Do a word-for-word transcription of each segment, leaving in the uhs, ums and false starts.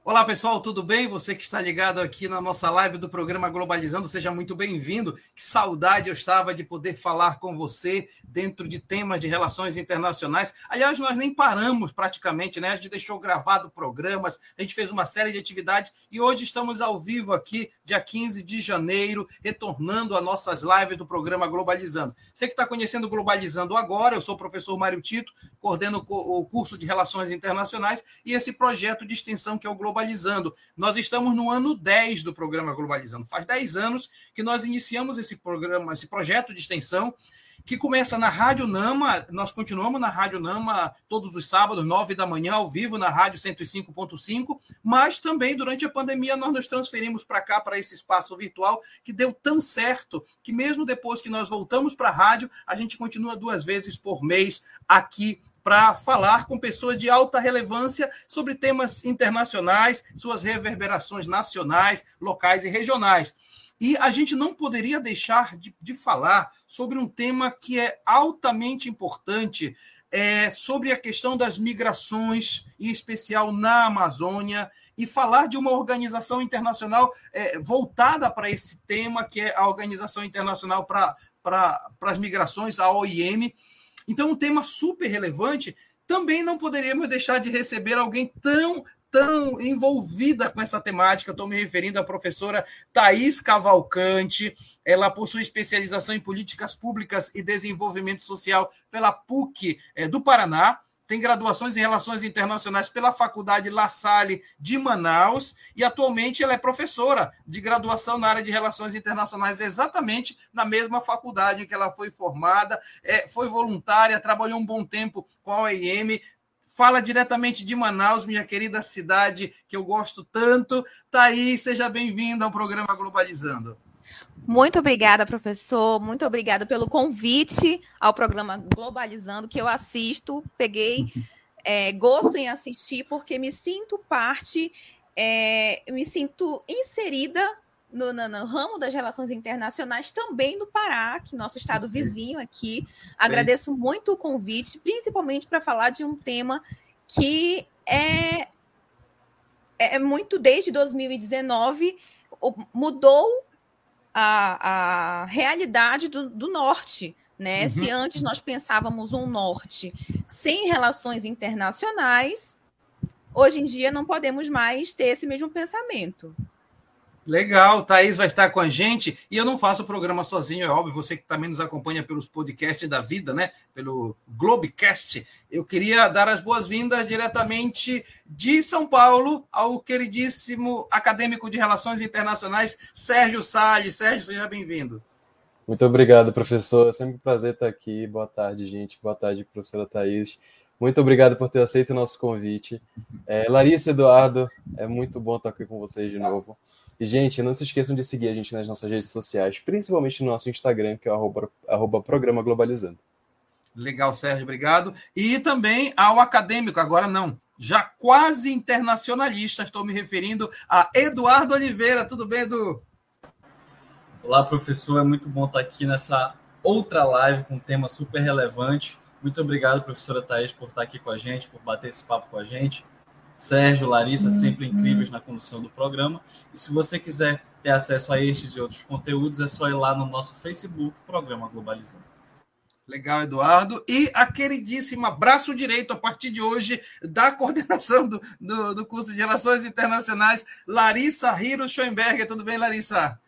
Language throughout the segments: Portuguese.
Olá, pessoal, tudo bem? Você que está ligado aqui na nossa live do programa Globalizando, seja muito bem-vindo. Que saudade eu estava de poder falar com você dentro de temas de relações internacionais. Aliás, nós nem paramos praticamente, né? A gente deixou gravado programas, a gente fez uma série de atividades e hoje estamos ao vivo aqui, dia quinze de janeiro, retornando às nossas lives do programa Globalizando. Você que está conhecendo o Globalizando agora, eu sou o professor Mário Tito, coordeno o curso de Relações Internacionais e esse projeto de extensão que é o Globalizando. Globalizando. Nós estamos no ano dez do programa Globalizando. Faz dez anos que nós iniciamos esse programa, esse projeto de extensão, que começa na Rádio Nama. Nós continuamos na Rádio Nama todos os sábados, nove da manhã, ao vivo, na Rádio cento e cinco ponto cinco, mas também durante a pandemia nós nos transferimos para cá, para esse espaço virtual, que deu tão certo, que mesmo depois que nós voltamos para a rádio, a gente continua duas vezes por mês aqui para falar com pessoas de alta relevância sobre temas internacionais, suas reverberações nacionais, locais e regionais. E a gente não poderia deixar de, de falar sobre um tema que é altamente importante, é, sobre a questão das migrações, em especial na Amazônia, e falar de uma organização internacional é, voltada para esse tema, que é a Organização Internacional para, para, para as Migrações, a O I M. Então, um tema super relevante. Também não poderíamos deixar de receber alguém tão, tão envolvida com essa temática. Estou me referindo à professora Thaís Cavalcante. Ela possui especialização em Políticas Públicas e Desenvolvimento Social pela P U C é, do Paraná. Tem graduações em Relações Internacionais pela Faculdade La Salle de Manaus e atualmente ela é professora de graduação na área de Relações Internacionais, exatamente na mesma faculdade em que ela foi formada, é, foi voluntária, trabalhou um bom tempo com a O I M, fala diretamente de Manaus, minha querida cidade que eu gosto tanto. Thaís, seja bem-vinda ao programa Globalizando. Muito obrigada, professor. Muito obrigada pelo convite ao programa Globalizando, que eu assisto. Peguei é, gosto em assistir, porque me sinto parte, é, me sinto inserida no, no, no ramo das relações internacionais, também do Pará, que é nosso estado vizinho aqui. Agradeço muito o convite, principalmente para falar de um tema que é, é muito, desde dois mil e dezenove, mudou A, a realidade do, do norte, né? Uhum. Se antes nós pensávamos um norte sem relações internacionais, hoje em dia não podemos mais ter esse mesmo pensamento. Legal, Thaís vai estar com a gente, e eu não faço o programa sozinho, é óbvio, você que também nos acompanha pelos podcasts da vida, né? Pelo Globecast. Eu queria dar as boas-vindas diretamente de São Paulo ao queridíssimo acadêmico de Relações Internacionais, Sérgio Salles. Sérgio, seja bem-vindo. Muito obrigado, professor. É sempre um prazer estar aqui. Boa tarde, gente. Boa tarde, professora Thaís. Muito obrigado por ter aceito o nosso convite. É, Larissa, Eduardo, é muito bom estar aqui com vocês de novo. E, gente, não se esqueçam de seguir a gente nas nossas redes sociais, principalmente no nosso Instagram, que é o arroba, arroba Programa Globalizando. Legal, Sérgio, obrigado. E também ao acadêmico, agora não, já quase internacionalista, estou me referindo a Eduardo Oliveira. Tudo bem, Edu? Olá, professor, é muito bom estar aqui nessa outra live com um tema super relevante. Muito obrigado, professora Thaís, por estar aqui com a gente, por bater esse papo com a gente. Sérgio, Larissa, sempre incríveis na condução do programa. E se você quiser ter acesso a estes e outros conteúdos, é só ir lá no nosso Facebook, Programa Globalizando. Legal, Eduardo. E a queridíssima braço direito, a partir de hoje, da coordenação do, do, do curso de Relações Internacionais, Larissa Hiro Schoenberger. Tudo bem, Larissa?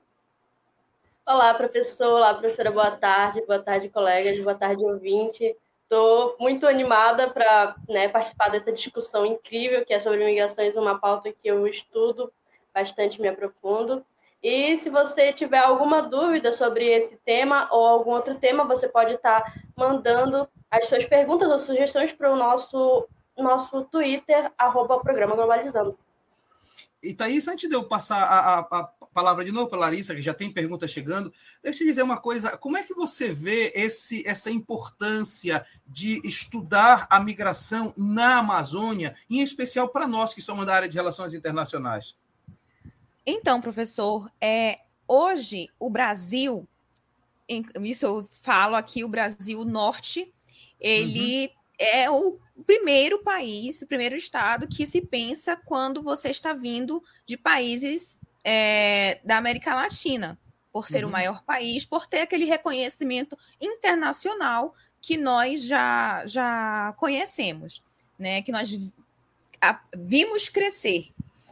Olá, professor. Olá, professora. Boa tarde. Boa tarde, colegas. Boa tarde, ouvinte. Estou muito animada para, né, participar dessa discussão incrível que é sobre migrações, uma pauta que eu estudo bastante, me aprofundo. E se você tiver alguma dúvida sobre esse tema ou algum outro tema, você pode estar mandando as suas perguntas ou sugestões para o nosso, nosso Twitter, arroba Programa Globalizando. E, Thaís, antes de eu passar a, a, a palavra de novo para a Larissa, que já tem pergunta chegando, deixa eu dizer uma coisa. Como é que você vê esse, essa importância de estudar a migração na Amazônia, em especial para nós que somos da área de relações internacionais? Então, professor, é, hoje o Brasil, isso eu falo aqui, o Brasil Norte, ele uhum. é o primeiro país, o primeiro estado que se pensa quando você está vindo de países é, da América Latina, por ser uhum. o maior país, por ter aquele reconhecimento internacional que nós já, já conhecemos, né? Que nós a, vimos crescer.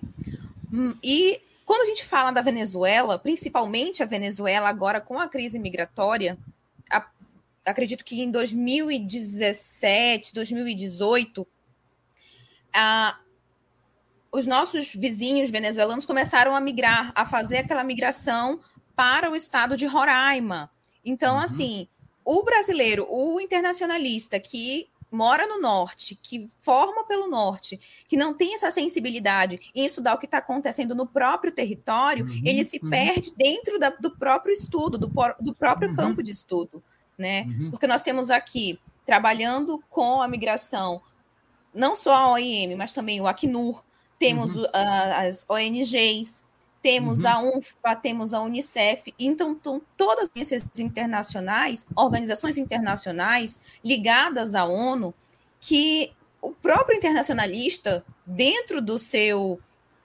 E quando a gente fala da Venezuela, principalmente a Venezuela agora com a crise migratória, a, acredito que em dois mil e dezessete, dois mil e dezoito, a, os nossos vizinhos venezuelanos começaram a migrar, a fazer aquela migração para o estado de Roraima. Então, uhum. assim, o brasileiro, o internacionalista que mora no norte, que forma pelo norte, que não tem essa sensibilidade em estudar o que está acontecendo no próprio território, uhum, ele se uhum. perde dentro da, do próprio estudo, do, do próprio uhum. campo de estudo, né? Uhum. Porque nós temos aqui, trabalhando com a migração, não só a O I M, mas também o Acnur, temos uhum. uh, as O N Gs, temos uhum. a UNFPA, temos a Unicef, então estão todas essas internacionais, organizações internacionais ligadas à ONU, que o próprio internacionalista, dentro do seu,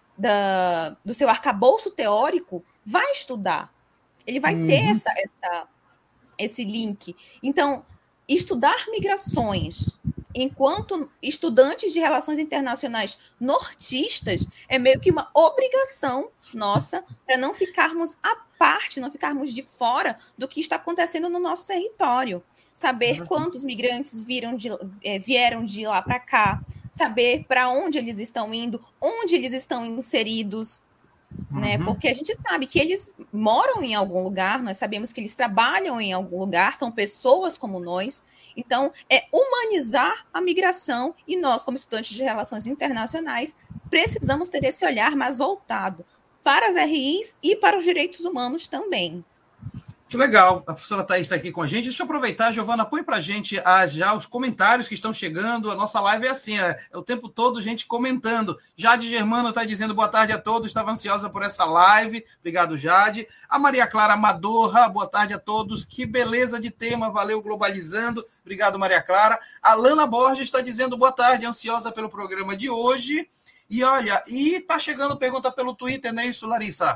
da, do seu arcabouço teórico, vai estudar. Ele vai uhum. ter essa, essa, esse link. Então, estudar migrações enquanto estudantes de relações internacionais nortistas é meio que uma obrigação nossa, para não ficarmos à parte, não ficarmos de fora do que está acontecendo no nosso território. Saber uhum. quantos migrantes viram de, é, vieram de lá para cá, saber para onde eles estão indo, onde eles estão inseridos, uhum. né? Porque a gente sabe que eles moram em algum lugar, nós sabemos que eles trabalham em algum lugar, são pessoas como nós. Então, é humanizar a migração e nós, como estudantes de relações internacionais, precisamos ter esse olhar mais voltado para as R Is e para os direitos humanos também. Que legal, a professora Thaís está aqui com a gente. Deixa eu aproveitar, Giovana, põe para a gente ah, já os comentários que estão chegando. A nossa live é assim, é, é o tempo todo gente comentando. Jade Germano está dizendo boa tarde a todos, estava ansiosa por essa live. Obrigado, Jade. A Maria Clara Madorra, boa tarde a todos. Que beleza de tema, valeu Globalizando. Obrigado, Maria Clara. A Lana Borges está dizendo boa tarde, ansiosa pelo programa de hoje. E olha, e está chegando pergunta pelo Twitter, não é isso, Larissa?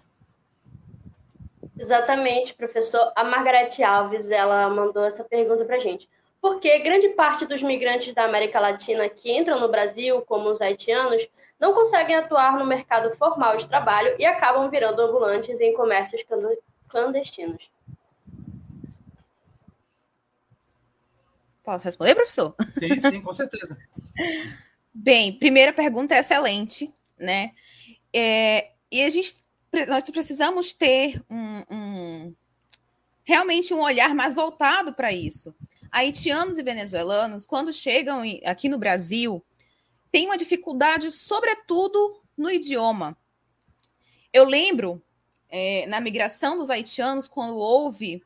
Exatamente, professor. A Margarete Alves, ela mandou essa pergunta para a gente. Por que grande parte dos migrantes da América Latina que entram no Brasil, como os haitianos, não conseguem atuar no mercado formal de trabalho e acabam virando ambulantes em comércios clandestinos? Posso responder, professor? Sim, sim, com certeza. Bem, primeira pergunta é excelente, né? É, e a gente, nós precisamos ter um, um, realmente um olhar mais voltado para isso. Haitianos e venezuelanos, quando chegam aqui no Brasil, têm uma dificuldade, sobretudo, no idioma. Eu lembro, é, na migração dos haitianos, quando houve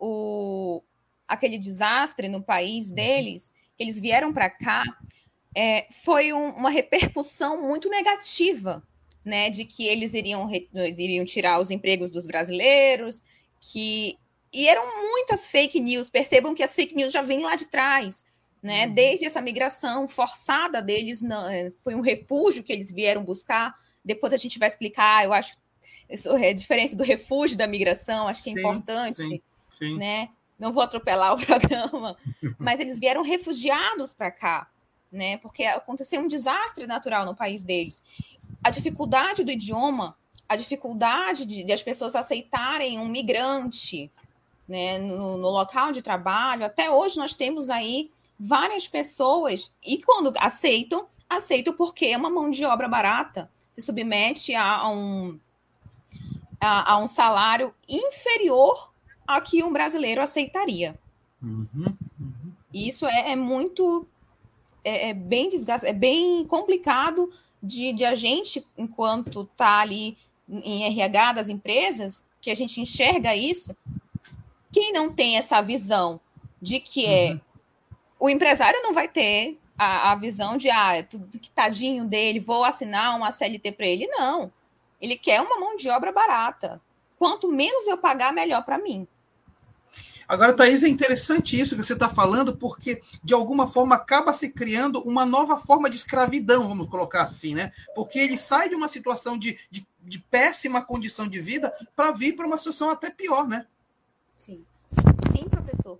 o, aquele desastre no país deles, que eles vieram para cá, É, foi um, uma repercussão muito negativa, né, de que eles iriam, iriam tirar os empregos dos brasileiros, que, e eram muitas fake news. Percebam que as fake news já vêm lá de trás, né, uhum. desde essa migração forçada deles, não, foi um refúgio que eles vieram buscar. Depois a gente vai explicar, eu acho, a diferença do refúgio da migração, acho que é sim, importante, sim, sim. né, não vou atropelar o programa, mas eles vieram refugiados para cá, né? Porque aconteceu um desastre natural no país deles. A dificuldade do idioma, a dificuldade de, de as pessoas aceitarem um migrante, né, no, no local de trabalho. Até hoje nós temos aí várias pessoas, e quando aceitam, aceitam porque é uma mão de obra barata, se submete a, a, um, a, a um salário inferior ao que um brasileiro aceitaria. Uhum, uhum. Isso é, é muito... É, é bem desgast... é bem complicado de, de a gente, enquanto está ali em R H das empresas, que a gente enxerga isso. Quem não tem essa visão de que é uhum. o empresário não vai ter a, a visão de ah, tudo que tadinho dele, vou assinar uma C L T para ele. Não. Ele quer uma mão de obra barata. Quanto menos eu pagar, melhor para mim. Agora, Thaís, é interessante isso que você está falando, porque, de alguma forma, acaba se criando uma nova forma de escravidão, vamos colocar assim, né? Porque ele sai de uma situação de, de, de péssima condição de vida para vir para uma situação até pior, né? Sim, sim, professor.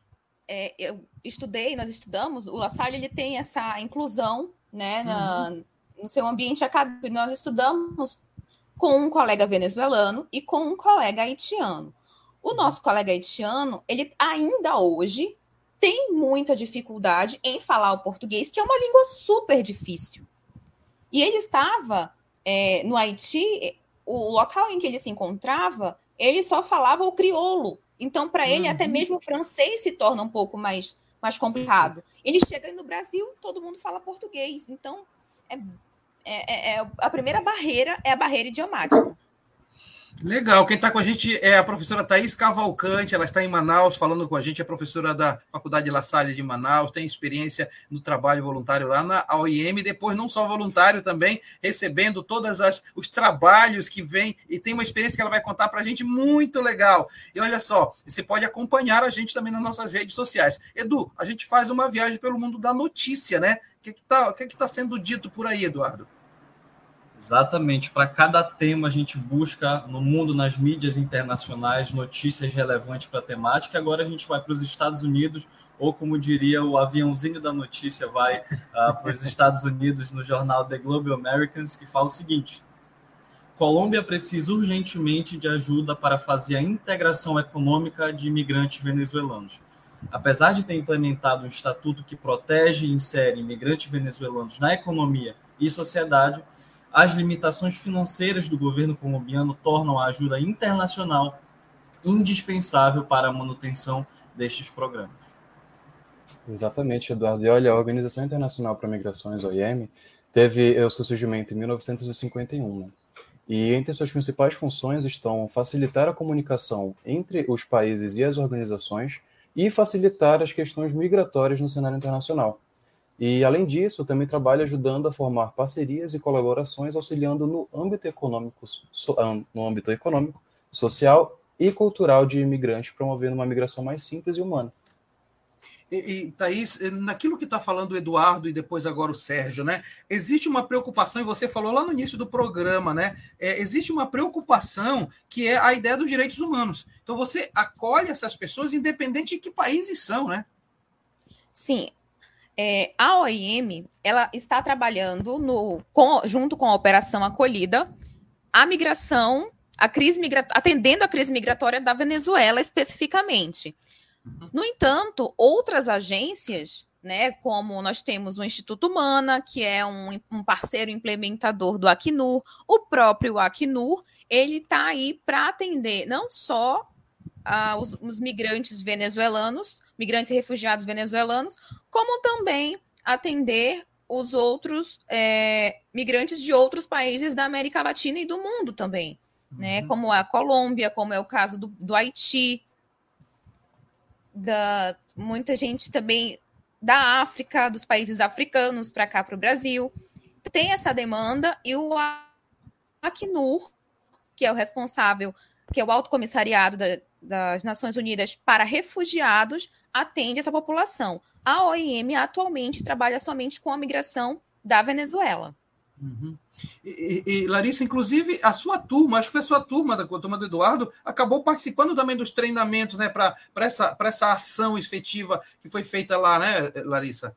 É, eu estudei, nós estudamos, o La Salle, ele tem essa inclusão, né, na, uhum. no seu ambiente acadêmico. Nós estudamos com um colega venezuelano e com um colega haitiano. O nosso colega haitiano, ele ainda hoje tem muita dificuldade em falar o português, que é uma língua super difícil. E ele estava é, no Haiti, o local em que ele se encontrava, ele só falava o crioulo. Então, para ele, uhum. até mesmo o francês se torna um pouco mais, mais complicado. Ele chega aí no Brasil, todo mundo fala português. Então, é, é, é, a primeira barreira é a barreira idiomática. Legal, quem está com a gente é a professora Thaís Cavalcante, ela está em Manaus falando com a gente, é professora da Faculdade La Salle de Manaus, tem experiência no trabalho voluntário lá na A O I M, depois não só voluntário também, recebendo todos os trabalhos que vem, e tem uma experiência que ela vai contar para a gente muito legal. E olha só, você pode acompanhar a gente também nas nossas redes sociais. Edu, a gente faz uma viagem pelo mundo da notícia, né? O que está que que tá sendo dito por aí, Eduardo? Exatamente. Para cada tema, a gente busca no mundo, nas mídias internacionais, notícias relevantes para a temática. Agora a gente vai para os Estados Unidos, ou como diria o aviãozinho da notícia, vai uh, para os Estados Unidos no jornal The Global Americans, que fala o seguinte: Colômbia precisa urgentemente de ajuda para fazer a integração econômica de imigrantes venezuelanos. Apesar de ter implementado um estatuto que protege e insere imigrantes venezuelanos na economia e sociedade, as limitações financeiras do governo colombiano tornam a ajuda internacional indispensável para a manutenção destes programas. Exatamente, Eduardo. E olha, a Organização Internacional para Migrações, O I M, teve o seu surgimento em mil novecentos e cinquenta e um, né? E entre suas principais funções estão facilitar a comunicação entre os países e as organizações e facilitar as questões migratórias no cenário internacional. E, além disso, também trabalha ajudando a formar parcerias e colaborações, auxiliando no âmbito econômico, no âmbito econômico, social e cultural de imigrantes, promovendo uma migração mais simples e humana. E, e Thaís, naquilo que está falando o Eduardo e depois agora o Sérgio, né? Existe uma preocupação, e você falou lá no início do programa, né? É, existe uma preocupação que é a ideia dos direitos humanos. Então, você acolhe essas pessoas independente de que países são, né? Sim. É, a O I M, ela está trabalhando no, com, junto com a Operação Acolhida, a migração, a crise migra, atendendo a crise migratória da Venezuela especificamente. No entanto, outras agências, né, como nós temos o Instituto Humana, que é um, um parceiro implementador do Acnur, o próprio Acnur, ele está aí para atender não só uh, os, os migrantes venezuelanos, migrantes e refugiados venezuelanos, como também atender os outros é, migrantes de outros países da América Latina e do mundo também, uhum. né? Como a Colômbia, como é o caso do, do Haiti, da muita gente também da África, dos países africanos para cá, para o Brasil. Tem essa demanda e o Acnur, que é o responsável, que é o Alto Comissariado da, das Nações Unidas para Refugiados, atende essa população. A O I M atualmente trabalha somente com a migração da Venezuela. Uhum. E, e, e, Larissa, inclusive, a sua turma, acho que foi a sua turma, da a turma do Eduardo, acabou participando também dos treinamentos, né, para essa, para essa ação efetiva que foi feita lá, né, Larissa?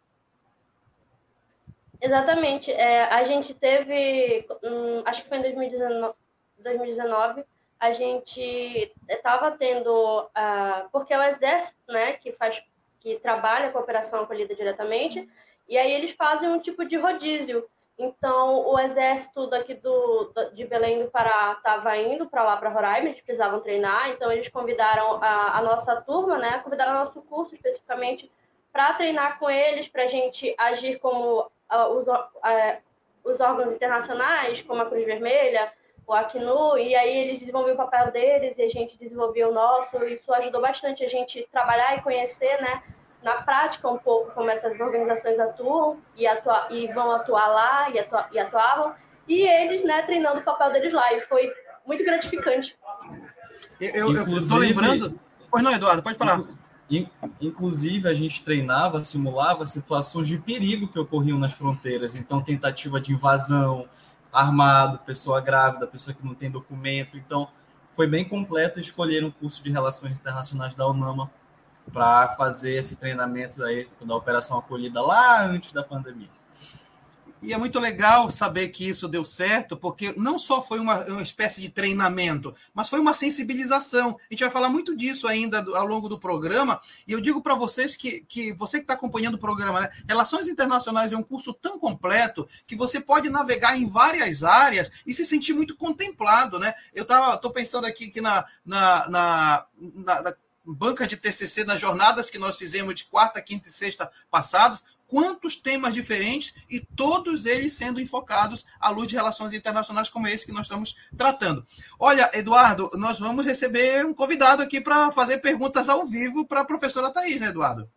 Exatamente. É, a gente teve, hum, acho que foi em dois mil e dezenove, a gente estava tendo, uh, porque é o Exército, né, que, faz, que trabalha com a Operação Acolhida diretamente, e aí eles fazem um tipo de rodízio. Então, o Exército daqui do, de Belém do Pará estava indo para lá, para Roraima, eles precisavam treinar, então eles convidaram a, a nossa turma, né, convidaram o nosso curso especificamente para treinar com eles, para a gente agir como uh, os, uh, os órgãos internacionais, como a Cruz Vermelha, o Acnur, e aí eles desenvolviam o papel deles e a gente desenvolveu o nosso. Isso ajudou bastante a gente trabalhar e conhecer, né, na prática um pouco como essas organizações atuam e, atua, e vão atuar lá e, atua, e atuavam, e eles, né, treinando o papel deles lá, e foi muito gratificante. Eu estou lembrando... Pois não, Eduardo, pode falar. Inclusive, a gente treinava, simulava situações de perigo que ocorriam nas fronteiras. Então, tentativa de invasão, armado, pessoa grávida, pessoa que não tem documento. Então, foi bem completo escolher um curso de Relações Internacionais da UNAMA para fazer esse treinamento aí da Operação Acolhida lá antes da pandemia. E é muito legal saber que isso deu certo, porque não só foi uma, uma espécie de treinamento, mas foi uma sensibilização. A gente vai falar muito disso ainda ao longo do programa, e eu digo para vocês que, que você que está acompanhando o programa, né, Relações Internacionais é um curso tão completo que você pode navegar em várias áreas e se sentir muito contemplado, né? Eu estou pensando aqui que na, na, na, na, na banca de T C C, nas jornadas que nós fizemos de quarta, quinta e sexta passados, quantos temas diferentes e todos eles sendo enfocados à luz de relações internacionais como esse que nós estamos tratando. Olha, Eduardo, nós vamos receber um convidado aqui para fazer perguntas ao vivo para a professora Thaís, né, Eduardo?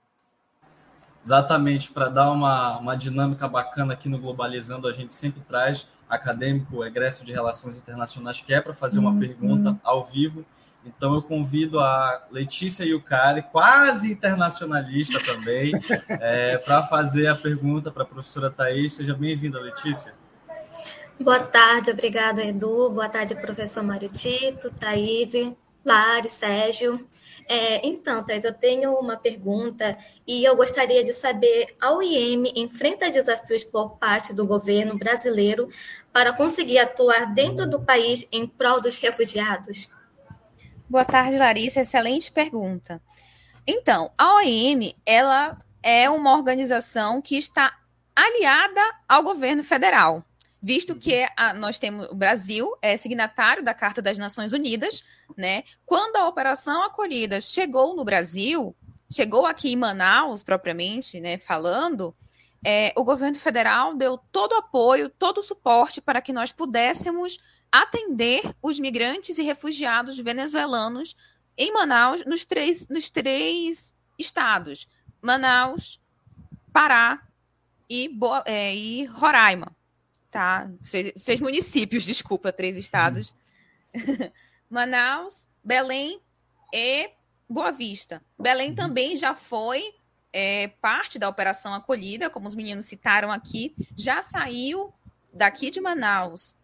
Exatamente, para dar uma, uma dinâmica bacana aqui no Globalizando, a gente sempre traz acadêmico, egresso de Relações Internacionais, que é para fazer uma uhum. pergunta ao vivo. Então, eu convido a Letícia Yucari, quase internacionalista também, é, para fazer a pergunta para a professora Thaís. Seja bem-vinda, Letícia. Boa tarde, obrigada, Edu. Boa tarde, professor Mário Tito, Thaís, Lari, Sérgio. É, então, Thaís, eu tenho uma pergunta e eu gostaria de saber, a U I M enfrenta desafios por parte do governo brasileiro para conseguir atuar dentro do país em prol dos refugiados? Boa tarde, Larissa. Excelente pergunta. Então, a O I M, ela é uma organização que está aliada ao governo federal, visto que a, nós temos o Brasil é signatário da Carta das Nações Unidas, né? Quando a Operação Acolhida chegou no Brasil, chegou aqui em Manaus, propriamente, né, falando, é, o governo federal deu todo o apoio, todo o suporte para que nós pudéssemos atender os migrantes e refugiados venezuelanos em Manaus, nos três, nos três estados, Manaus, Pará e, Boa, é, e Roraima, tá? Três, três municípios, desculpa, três estados. Uhum. Manaus, Belém e Boa Vista. Belém uhum. também já foi é, parte da Operação Acolhida, como os meninos citaram aqui, já saiu daqui de Manaus,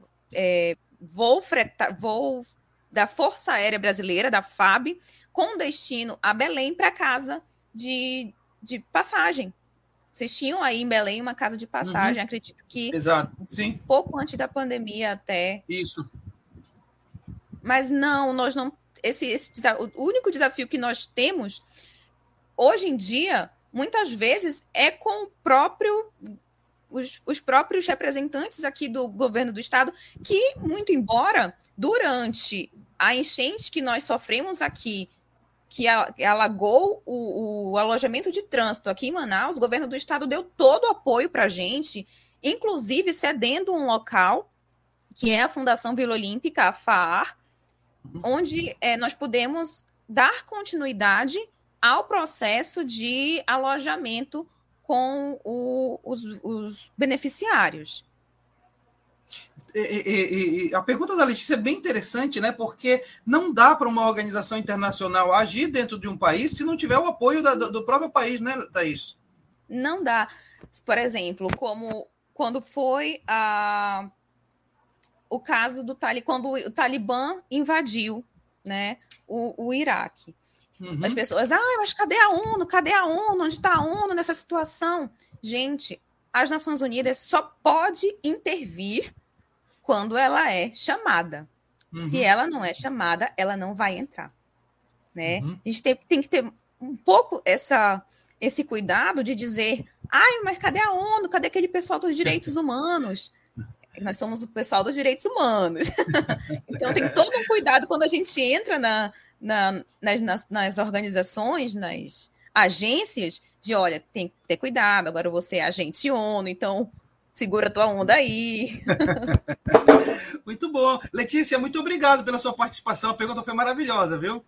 É, voo, freta, voo da Força Aérea Brasileira, da F A B, com destino a Belém para casa de, de passagem. Vocês tinham aí em Belém uma casa de passagem, uhum. acredito que Exato. Sim. Um pouco antes da pandemia até. Isso. Mas não, nós não. Esse, esse, o único desafio que nós temos hoje em dia, muitas vezes, é com o próprio. Os, os próprios representantes aqui do governo do estado, que, muito embora, durante a enchente que nós sofremos aqui, que alagou o, o alojamento de trânsito aqui em Manaus, o governo do estado deu todo o apoio para a gente, inclusive cedendo um local, que é a Fundação Vila Olímpica, a F A A R, onde é, nós podemos dar continuidade ao processo de alojamento com o, os, os beneficiários. E, e, e a pergunta da Letícia é bem interessante, né? Porque não dá para uma organização internacional agir dentro de um país se não tiver o apoio da, do próprio país, né, Thaís? Não dá. Por exemplo, como quando foi a, o caso do Talibã, quando o Talibã invadiu, né, o, o Iraque. Uhum. As pessoas, ah, mas cadê a ONU? Cadê a ONU? Onde está a ONU nessa situação? Gente, as Nações Unidas só pode intervir quando ela é chamada. Uhum. Se ela não é chamada, ela não vai entrar. Né? Uhum. A gente tem, tem que ter um pouco essa, esse cuidado de dizer, ai, mas cadê a ONU? Cadê aquele pessoal dos direitos humanos? Nós somos o pessoal dos direitos humanos. Então tem todo um cuidado quando a gente entra na... Na, nas, nas, nas organizações, nas agências, de olha, tem que ter cuidado, agora você é agente ONU, então segura a tua onda aí. Muito bom. Letícia, muito obrigado pela sua participação, a pergunta foi maravilhosa, viu?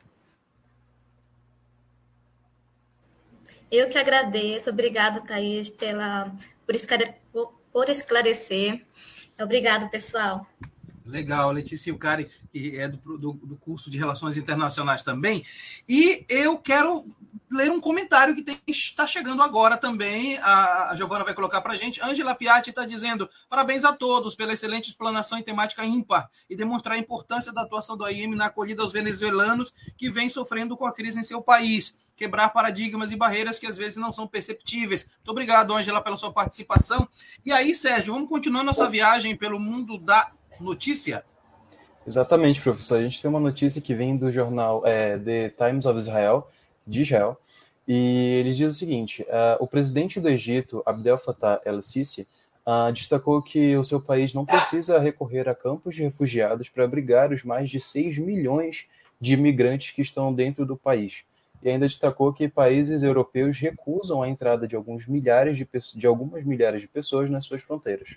Eu que agradeço, obrigado, Thaís, pela, por, esclare, por esclarecer. Obrigado, pessoal. Legal, Letícia Ucari, que é do, do, do curso de Relações Internacionais também. E eu quero ler um comentário que tem, está chegando agora também. A, a Giovana vai colocar para a gente. Ângela Piatti está dizendo: parabéns a todos pela excelente explanação em temática ímpar e demonstrar a importância da atuação do A I M na acolhida aos venezuelanos que vêm sofrendo com a crise em seu país. Quebrar paradigmas e barreiras que às vezes não são perceptíveis. Muito obrigado, Ângela, pela sua participação. E aí, Sérgio, vamos continuar nossa viagem pelo mundo da notícia? Exatamente, professor. A gente tem uma notícia que vem do jornal é, The Times of Israel, de Israel, e eles dizem o seguinte: uh, o presidente do Egito, Abdel Fattah el-Sisi, uh, destacou que o seu país não precisa recorrer a campos de refugiados para abrigar os mais de seis milhões de imigrantes que estão dentro do país. E ainda destacou que países europeus recusam a entrada de, alguns milhares de, de algumas milhares de pessoas nas suas fronteiras.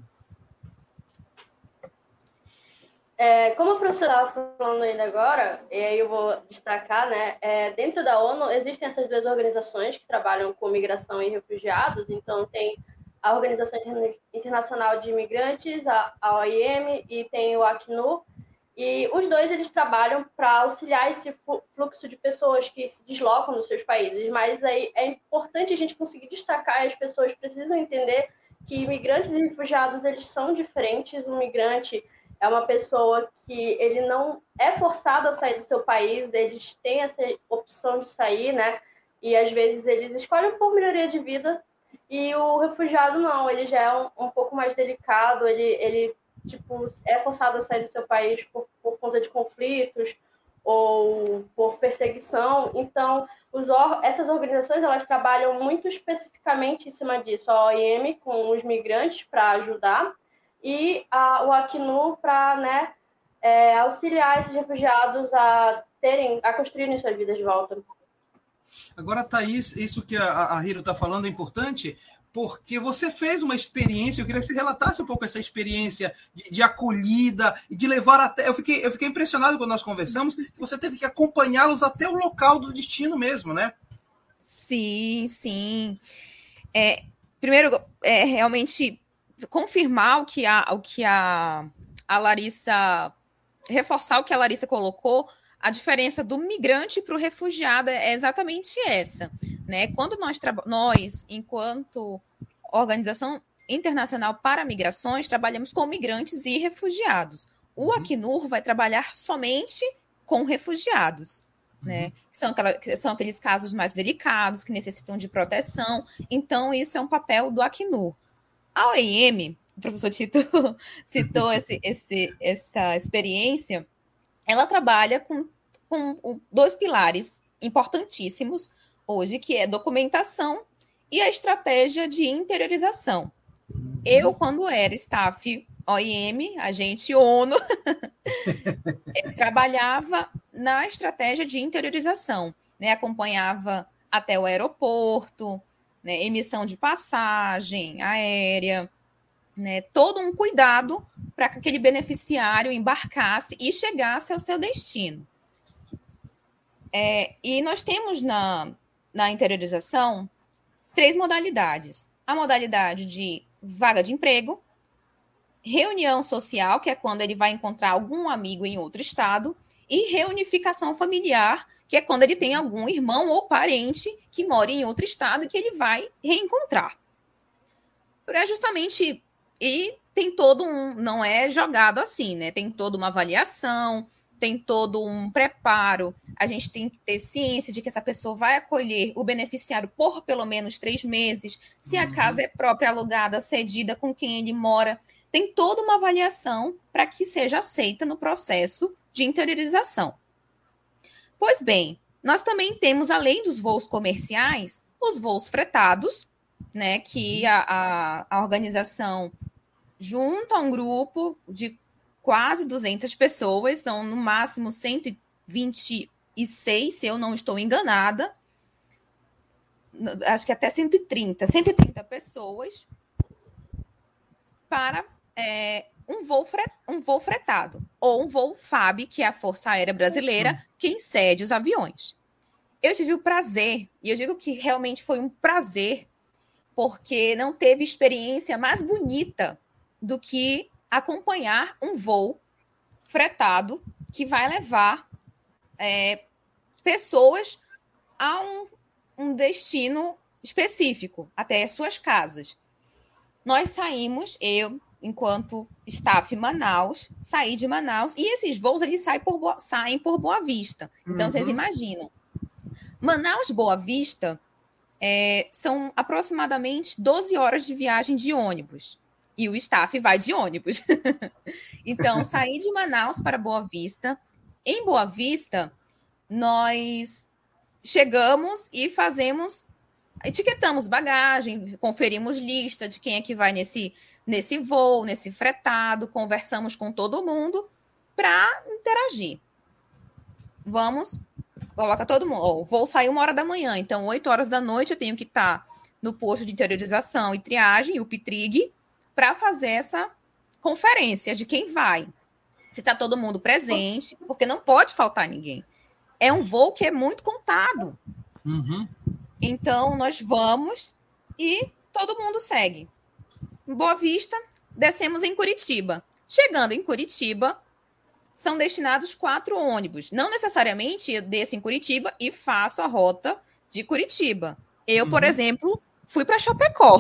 É, como a professora estava falando ainda agora, e aí eu vou destacar, né, é, dentro da ONU existem essas duas organizações que trabalham com migração e refugiados. Então tem a Organização Internacional de Imigrantes, a, a O I M, e tem o Acnur. E os dois, eles trabalham para auxiliar esse fluxo de pessoas que se deslocam nos seus países. Mas aí é importante a gente conseguir destacar, as pessoas precisam entender que imigrantes e refugiados, eles são diferentes. Um migrante é uma pessoa que ele não é forçado a sair do seu país, eles têm essa opção de sair, né? E às vezes eles escolhem por melhoria de vida. E o refugiado não, ele já é um, um pouco mais delicado, ele... ele tipo, é forçado a sair do seu país por, por conta de conflitos ou por perseguição. Então, os, essas organizações, elas trabalham muito especificamente em cima disso. A O I M com os migrantes para ajudar e a, o Acnur para, né, é, auxiliar esses refugiados a terem, a construírem suas vidas de volta. Agora, Thaís, isso que a, a Hiro está falando é importante, porque você fez uma experiência, eu queria que você relatasse um pouco essa experiência de, de acolhida e de levar até... Eu fiquei, eu fiquei impressionado quando nós conversamos, que você teve que acompanhá-los até o local do destino mesmo, né? Sim, sim. É, primeiro, é realmente confirmar o que a, o que a, a Larissa... Reforçar o que a Larissa colocou, a diferença do migrante para o refugiado é exatamente essa. Né? Quando nós, nós, enquanto Organização Internacional para Migrações, trabalhamos com migrantes e refugiados. O uhum. Acnur vai trabalhar somente com refugiados. Uhum. Né? São, aquela, são aqueles casos mais delicados, que necessitam de proteção. Então, isso é um papel do Acnur. A O I M, o professor Tito citou esse, esse, essa experiência, ela trabalha com, com dois pilares importantíssimos hoje, que é documentação e a estratégia de interiorização. Eu, quando era staff O I M, agente ONU, trabalhava na estratégia de interiorização, né? Acompanhava até o aeroporto, né? Emissão de passagem aérea, né? Todo um cuidado para que aquele beneficiário embarcasse e chegasse ao seu destino. É, e nós temos na, na interiorização três modalidades. A modalidade de vaga de emprego, reunião social, que é quando ele vai encontrar algum amigo em outro estado, e reunificação familiar, que é quando ele tem algum irmão ou parente que mora em outro estado e que ele vai reencontrar. É justamente... E tem todo um... Não é jogado assim, né? Tem toda uma avaliação, tem todo um preparo. A gente tem que ter ciência de que essa pessoa vai acolher o beneficiário por pelo menos três meses, se a casa é própria, alugada, cedida, com quem ele mora. Tem toda uma avaliação para que seja aceita no processo de interiorização. Pois bem, nós também temos, além dos voos comerciais, os voos fretados, né, que a, a, a organização junta um grupo de quase duzentas pessoas, são no máximo cento e vinte e seis, se eu não estou enganada, acho que até cento e trinta, cento e trinta pessoas para é, um, voo fret, um voo fretado, ou um voo F A B, que é a Força Aérea Brasileira, que cede os aviões. Eu tive o prazer, e eu digo que realmente foi um prazer, porque não teve experiência mais bonita do que acompanhar um voo fretado que vai levar é, pessoas a um, um destino específico, até as suas casas. Nós saímos, eu, enquanto staff em Manaus, saí de Manaus, e esses voos eles saem por Boa, saem por Boa Vista. Então, uhum. vocês imaginam. Manaus, Boa Vista, é, são aproximadamente doze horas de viagem de ônibus. E o staff vai de ônibus. Então, saí de Manaus para Boa Vista. Em Boa Vista, nós chegamos e fazemos, etiquetamos bagagem, conferimos lista de quem é que vai nesse, nesse voo, nesse fretado, conversamos com todo mundo para interagir. Vamos, coloca todo mundo. Oh, o voo saiu uma hora da manhã, então oito horas da noite eu tenho que estar no posto de interiorização e triagem, o P T R I G, para fazer essa conferência de quem vai. Se está todo mundo presente, porque não pode faltar ninguém. É um voo que é muito contado. Uhum. Então, nós vamos e todo mundo segue. Em Boa Vista, descemos em Curitiba. Chegando em Curitiba, são destinados quatro ônibus. Não necessariamente eu desço em Curitiba e faço a rota de Curitiba. Eu, uhum. por exemplo, fui para Chapecó.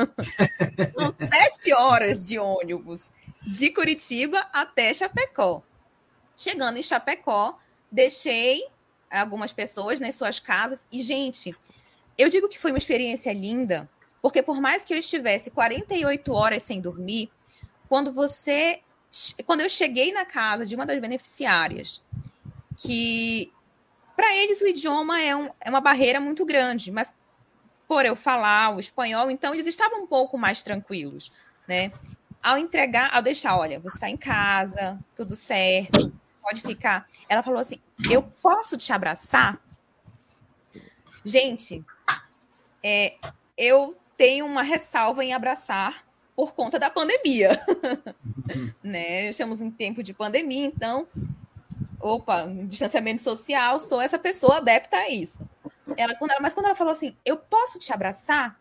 São sete horas de ônibus de Curitiba até Chapecó. Chegando em Chapecó, deixei algumas pessoas nas suas casas. E, gente, eu digo que foi uma experiência linda, porque por mais que eu estivesse quarenta e oito horas sem dormir, quando você... Quando eu cheguei na casa de uma das beneficiárias, que para eles o idioma é, um, é uma barreira muito grande, mas por eu falar o espanhol, então eles estavam um pouco mais tranquilos, né? Ao entregar, ao deixar, olha, você está em casa, tudo certo, pode ficar. Ela falou assim, eu posso te abraçar? Gente, é, eu tenho uma ressalva em abraçar por conta da pandemia. Né? Estamos em tempo de pandemia, então, opa, distanciamento social, sou essa pessoa adepta a isso. Ela, quando ela, mas quando ela falou assim, eu posso te abraçar?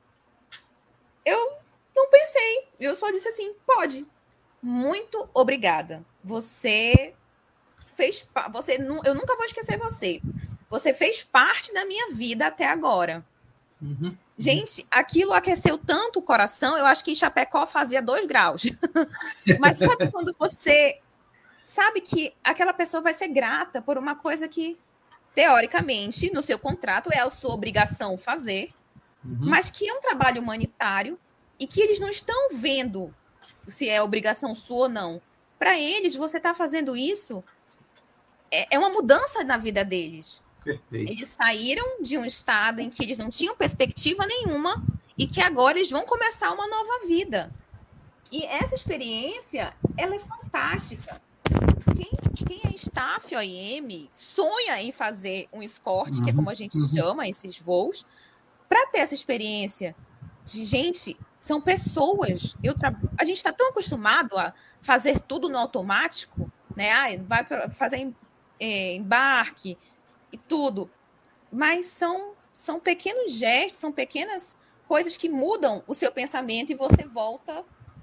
Eu não pensei, eu só disse assim, pode. Muito obrigada. Você fez, você, eu nunca vou esquecer você. Você fez parte da minha vida até agora. Uhum. Gente, aquilo aqueceu tanto o coração, eu acho que em Chapecó fazia dois graus. Mas sabe quando você sabe que aquela pessoa vai ser grata por uma coisa que, teoricamente, no seu contrato é a sua obrigação fazer, uhum. mas que é um trabalho humanitário e que eles não estão vendo se é obrigação sua ou não. Para eles, você está fazendo isso, é, é uma mudança na vida deles. Perfeito. Eles saíram de um estado em que eles não tinham perspectiva nenhuma e que agora eles vão começar uma nova vida. E essa experiência, ela é fantástica. Quem, quem é staff O I M sonha em fazer um escort, uhum, que é como a gente uhum. chama esses voos, para ter essa experiência de, gente, são pessoas. Eu tra... A gente está tão acostumado a fazer tudo no automático, né? Ah, vai pra fazer é, embarque e tudo, mas são, são pequenos gestos, são pequenas coisas que mudam o seu pensamento e você volta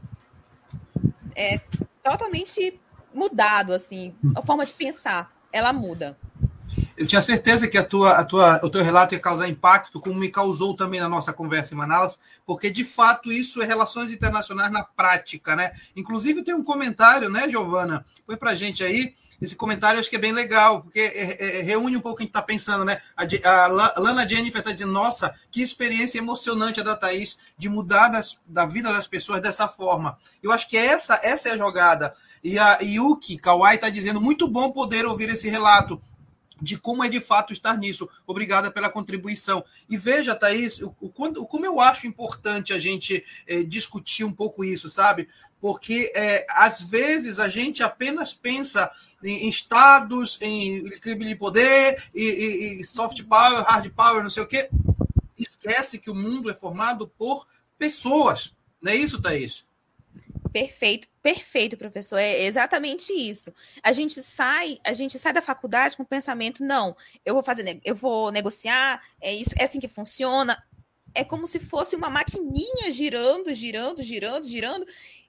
é, totalmente mudado, assim, a forma de pensar, ela muda. Eu tinha certeza que a tua, a tua, o teu relato ia causar impacto, como me causou também na nossa conversa em Manaus, porque, de fato, isso é relações internacionais na prática, né? Inclusive, tem um comentário, né, Giovana? Põe pra gente aí. Esse comentário acho que é bem legal, porque é, é, reúne um pouco o que a gente está pensando, né? A, a Lana Jennifer está dizendo, nossa, que experiência emocionante a da Thaís de mudar das, da vida das pessoas dessa forma. Eu acho que essa, essa é a jogada. E a Yuki Kawai está dizendo, muito bom poder ouvir esse relato de como é de fato estar nisso. Obrigada pela contribuição. E veja, Thaís, o, o, o, como eu acho importante a gente é, discutir um pouco isso, sabe? Porque, é, às vezes, a gente apenas pensa em, em estados, em equilíbrio de poder, e, e, e soft power, hard power, não sei o quê. Esquece que o mundo é formado por pessoas. Não é isso, Thaís? Perfeito, perfeito, professor. É exatamente isso. A gente sai, a gente sai da faculdade com o pensamento, não, eu vou fazer, eu vou negociar, é isso, é assim que funciona. É como se fosse uma maquininha girando, girando, girando, girando.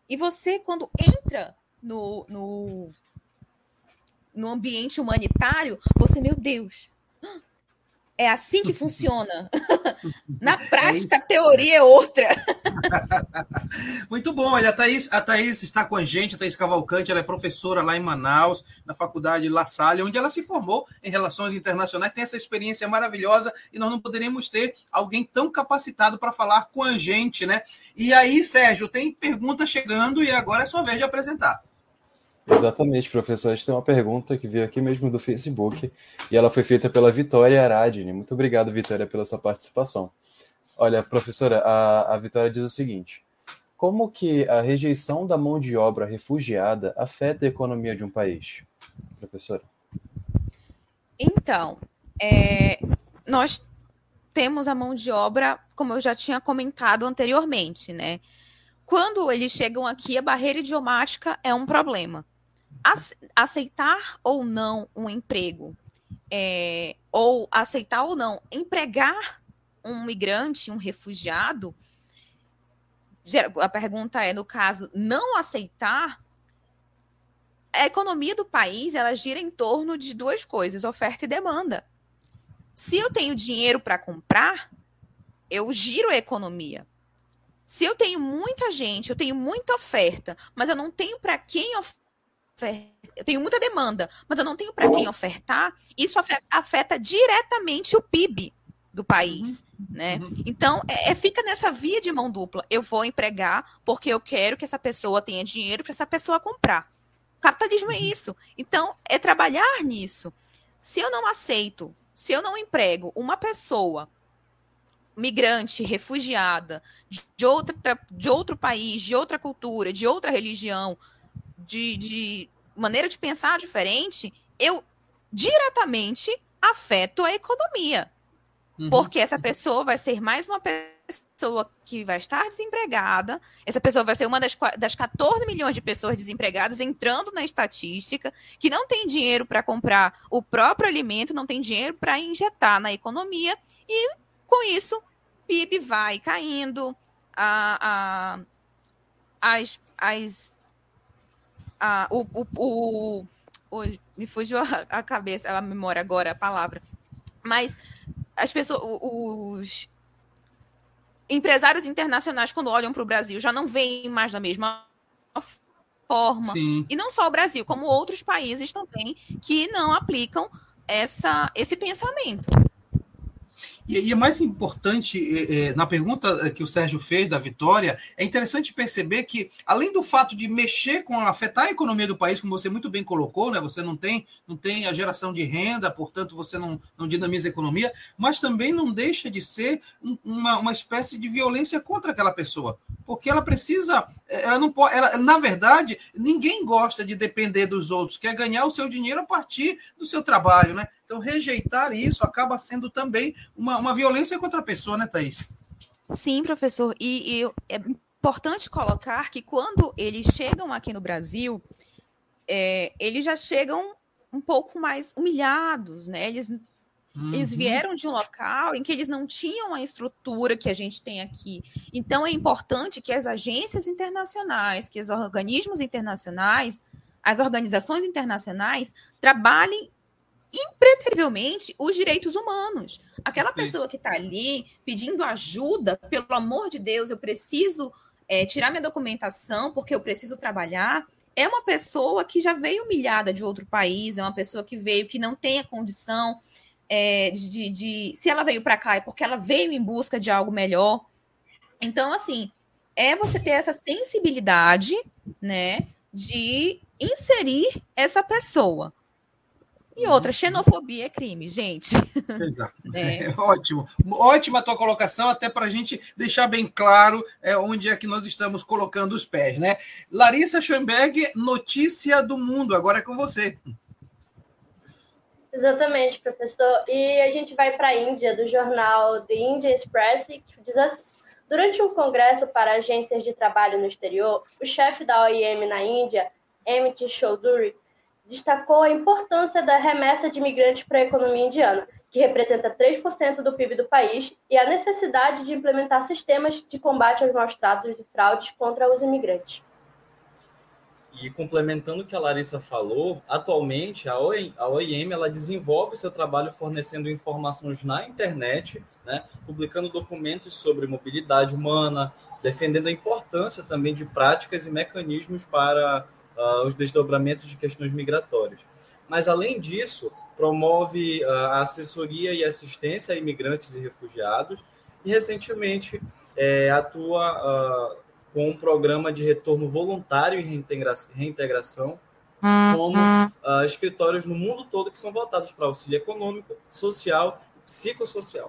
E você, quando entra no, no, no ambiente humanitário, você, meu Deus, é assim que funciona. Na prática, é a teoria é outra. Muito bom. Olha, a Thaís, a Thaís está com a gente, a Thaís Cavalcante, ela é professora lá em Manaus, na Faculdade La Salle, onde ela se formou em Relações Internacionais, tem essa experiência maravilhosa e nós não poderíamos ter alguém tão capacitado para falar com a gente, né? E aí, Sérgio, tem pergunta chegando e agora é sua vez de apresentar. Exatamente, professor. A gente tem uma pergunta que veio aqui mesmo do Facebook e ela foi feita pela Vitória Aradini. Muito obrigado, Vitória, pela sua participação. Olha, professora, a, a Vitória diz o seguinte: como que a rejeição da mão de obra refugiada afeta a economia de um país? Professora. Então, é, nós temos a mão de obra, como eu já tinha comentado anteriormente, né? Quando eles chegam aqui, a barreira idiomática é um problema. Aceitar ou não um emprego, é, ou aceitar ou não empregar um migrante, um refugiado, a pergunta é, no caso, não aceitar, a economia do país, ela gira em torno de duas coisas, oferta e demanda. Se eu tenho dinheiro para comprar, eu giro a economia. Se eu tenho muita gente, eu tenho muita oferta, mas eu não tenho para quem ofertar, eu tenho muita demanda, mas eu não tenho para quem ofertar, isso afeta, afeta diretamente o P I B do país, uhum. né? Uhum. Então, é, fica nessa via de mão dupla. Eu vou empregar porque eu quero que essa pessoa tenha dinheiro para essa pessoa comprar. O capitalismo uhum. é isso. Então, é trabalhar nisso. Se eu não aceito, se eu não emprego uma pessoa migrante, refugiada, de, outra, de outro país, de outra cultura, de outra religião, de, de maneira de pensar diferente, eu diretamente afeto a economia. Uhum. Porque essa pessoa vai ser mais uma pessoa que vai estar desempregada, essa pessoa vai ser uma das, das quatorze milhões de pessoas desempregadas entrando na estatística, que não tem dinheiro para comprar o próprio alimento, não tem dinheiro para injetar na economia, e com isso, o P I B vai caindo, a, a, as, as, a, o, o, o, o, me fugiu a, a cabeça, a memória agora, a palavra, mas as pessoas, os empresários internacionais, quando olham para o Brasil, já não veem mais da mesma forma. Sim. E não só o Brasil, como outros países também, que não aplicam essa, esse pensamento. E, e é mais importante, é, é, na pergunta que o Sérgio fez da Vitória, é interessante perceber que, além do fato de mexer com, afetar a economia do país, como você muito bem colocou, né, você não tem, não tem a geração de renda, portanto, você não, não dinamiza a economia, mas também não deixa de ser um, uma, uma espécie de violência contra aquela pessoa, porque ela precisa, ela não pode, ela, na verdade, ninguém gosta de depender dos outros, quer ganhar o seu dinheiro a partir do seu trabalho, né? Então, rejeitar isso acaba sendo também uma, uma violência contra a pessoa, né, Thaís? Sim, professor. E, e é importante colocar que quando eles chegam aqui no Brasil, é, eles já chegam um pouco mais humilhados, né? Eles, uhum. eles vieram de um local em que eles não tinham a estrutura que a gente tem aqui. Então, é importante que as agências internacionais, que os organismos internacionais, as organizações internacionais trabalhem impreterivelmente os direitos humanos. Aquela pessoa que está ali pedindo ajuda, pelo amor de Deus, eu preciso é, tirar minha documentação porque eu preciso trabalhar, é uma pessoa que já veio humilhada de outro país, é uma pessoa que veio, que não tem a condição é, de, de... Se ela veio para cá é porque ela veio em busca de algo melhor. Então, assim, é você ter essa sensibilidade, né, de inserir essa pessoa. E outra, xenofobia é crime, gente. Exato. É. É, ótimo. Ótima a tua colocação, até para a gente deixar bem claro é, onde é que nós estamos colocando os pés, né? Larissa Schoenberg, notícia do mundo, agora é com você. Exatamente, professor. E a gente vai para a Índia, do jornal The Indian Express, que diz assim: durante um congresso para agências de trabalho no exterior, o chefe da O I M na Índia, Amit Chaudhuri, destacou a importância da remessa de imigrantes para a economia indiana, que representa três por cento do P I B do país, e a necessidade de implementar sistemas de combate aos maus-tratos e fraudes contra os imigrantes. E complementando o que a Larissa falou, atualmente a O I M ela desenvolve seu trabalho fornecendo informações na internet, né, publicando documentos sobre mobilidade humana, defendendo a importância também de práticas e mecanismos para uh, os desdobramentos de questões migratórias. Mas, além disso, promove uh, a assessoria e assistência a imigrantes e refugiados e, recentemente, é, atua... Uh, com um programa de retorno voluntário e reintegra- reintegração, como uh, escritórios no mundo todo que são voltados para auxílio econômico, social e psicossocial.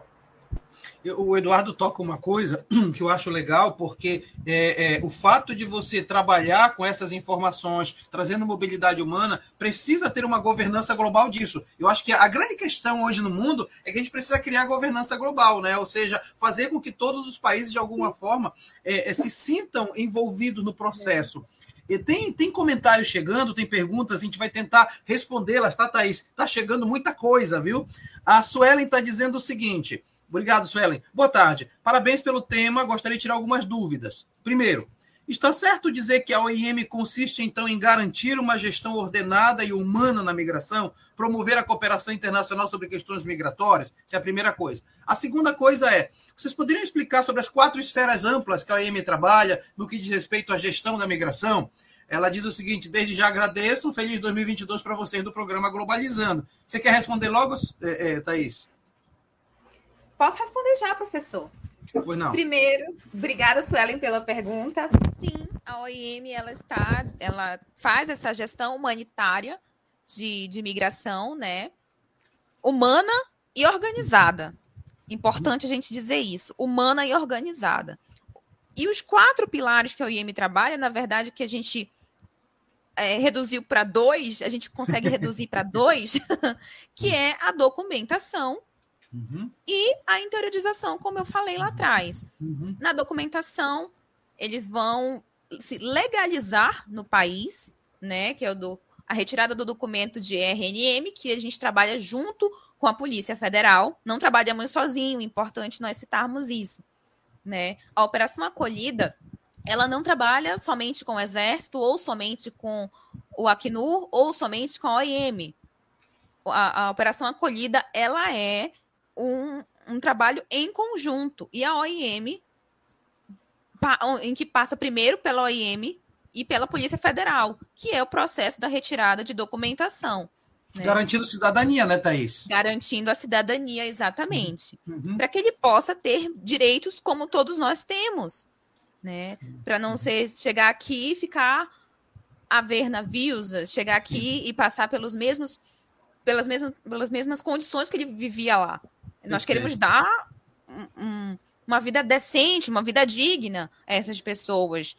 O Eduardo toca uma coisa que eu acho legal, porque é, é, o fato de você trabalhar com essas informações, trazendo mobilidade humana, precisa ter uma governança global disso. Eu acho que a grande questão hoje no mundo é que a gente precisa criar governança global, né? Ou seja, fazer com que todos os países, de alguma forma, é, é, se sintam envolvidos no processo. E tem, tem comentários chegando, tem perguntas, a gente vai tentar respondê-las, tá, Thaís? Está chegando muita coisa, viu? A Suelen está dizendo o seguinte... Obrigado, Suelen. Boa tarde. Parabéns pelo tema. Gostaria de tirar algumas dúvidas. Primeiro, está certo dizer que a O I M consiste, então, em garantir uma gestão ordenada e humana na migração, promover a cooperação internacional sobre questões migratórias? Essa é a primeira coisa. A segunda coisa é, vocês poderiam explicar sobre as quatro esferas amplas que a O I M trabalha no que diz respeito à gestão da migração? Ela diz o seguinte: desde já agradeço, um feliz dois mil e vinte e dois para vocês do programa Globalizando. Você quer responder logo, é, é, Thaís? Posso responder já, professor? Pois não. Primeiro, obrigada, Suelen, pela pergunta. Sim, a O I M ela está, ela faz essa gestão humanitária de, de migração, né? Humana e organizada. Importante a gente dizer isso, humana e organizada. E os quatro pilares que a O I M trabalha, na verdade, que a gente é, reduziu para dois, a gente consegue reduzir para dois, que é a documentação. Uhum. E a interiorização, como eu falei lá atrás. Uhum. Na documentação, eles vão se legalizar no país, né, que é o do, a retirada do documento de R N M, que a gente trabalha junto com a Polícia Federal. Não trabalhamos sozinho, é importante nós citarmos isso. Né? A Operação Acolhida, ela não trabalha somente com o Exército, ou somente com o Acnur, ou somente com a O I M. A, a Operação Acolhida, ela é Um, um trabalho em conjunto. E a O I M, em que passa primeiro pela O I M e pela Polícia Federal, que é o processo da retirada de documentação. Né? Garantindo cidadania, né, Thaís? Garantindo a cidadania, exatamente. Uhum. Para que ele possa ter direitos como todos nós temos. Né? Para não ser, chegar aqui e ficar a ver navios, chegar aqui e passar pelos mesmos, pelas, mesmas, pelas mesmas condições que ele vivia lá. Nós queremos dar um, um, uma vida decente, uma vida digna a essas pessoas.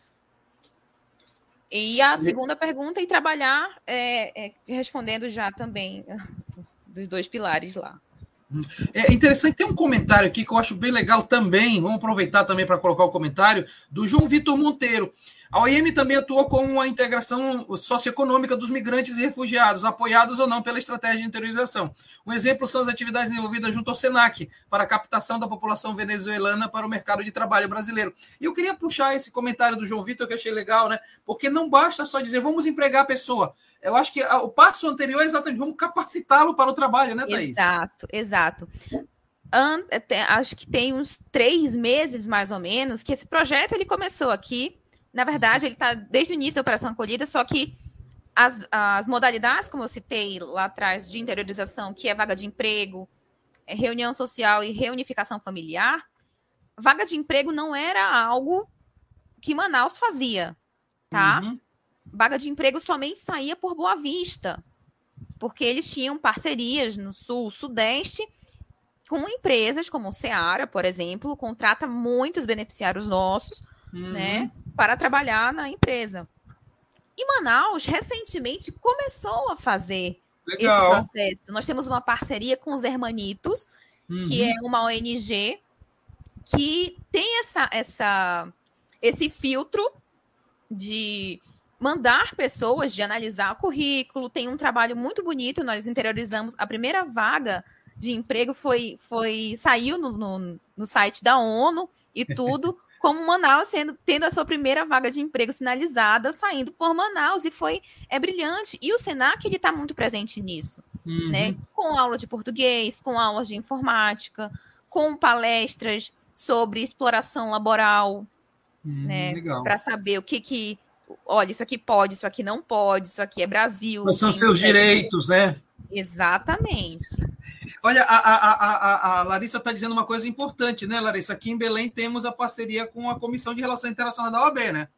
E a segunda pergunta, e trabalhar, é, é, respondendo já também dos dois pilares lá. É interessante, tem um comentário aqui que eu acho bem legal também, vamos aproveitar também para colocar o comentário, do João Vitor Monteiro. A O I M também atua com a integração socioeconômica dos migrantes e refugiados, apoiados ou não pela estratégia de interiorização. Um exemplo são as atividades desenvolvidas junto ao SENAC, para a captação da população venezuelana para o mercado de trabalho brasileiro. E eu queria puxar esse comentário do João Vitor, que eu achei legal, né? Porque não basta só dizer, vamos empregar a pessoa. Eu acho que o passo anterior é exatamente, vamos capacitá-lo para o trabalho, né, Thaís? Exato, exato. Acho que tem uns três meses, mais ou menos, que esse projeto ele começou aqui. Na verdade, ele está desde o início da Operação Acolhida, só que as, as modalidades, como eu citei lá atrás, de interiorização, que é vaga de emprego, é reunião social e reunificação familiar, vaga de emprego não era algo que Manaus fazia, tá? Uhum. Vaga de emprego somente saía por Boa Vista, porque eles tinham parcerias no Sul, Sudeste, com empresas como o Seara, por exemplo, contrata muitos beneficiários nossos, uhum. né, para trabalhar na empresa. E Manaus, recentemente, começou a fazer Legal. esse processo. Nós temos uma parceria com os Hermanitos, uhum. que é uma O N G que tem essa, essa, esse filtro de mandar pessoas, de analisar o currículo. Tem um trabalho muito bonito, nós interiorizamos. A primeira vaga de emprego foi, foi saiu no, no, no site da ONU e tudo, como Manaus sendo, tendo a sua primeira vaga de emprego sinalizada, saindo por Manaus, e foi é brilhante. E o Senac ele está muito presente nisso, uhum. né? Com aula de português, com aulas de informática, com palestras sobre exploração laboral, hum, né? Para saber o que que, olha, isso aqui pode, isso aqui não pode, isso aqui é Brasil. Quais são seus direitos, né? Exatamente. Olha, a, a, a, a Larissa está dizendo uma coisa importante, né, Larissa? Aqui em Belém temos a parceria com a Comissão de Relações Internacionais da O A B, né?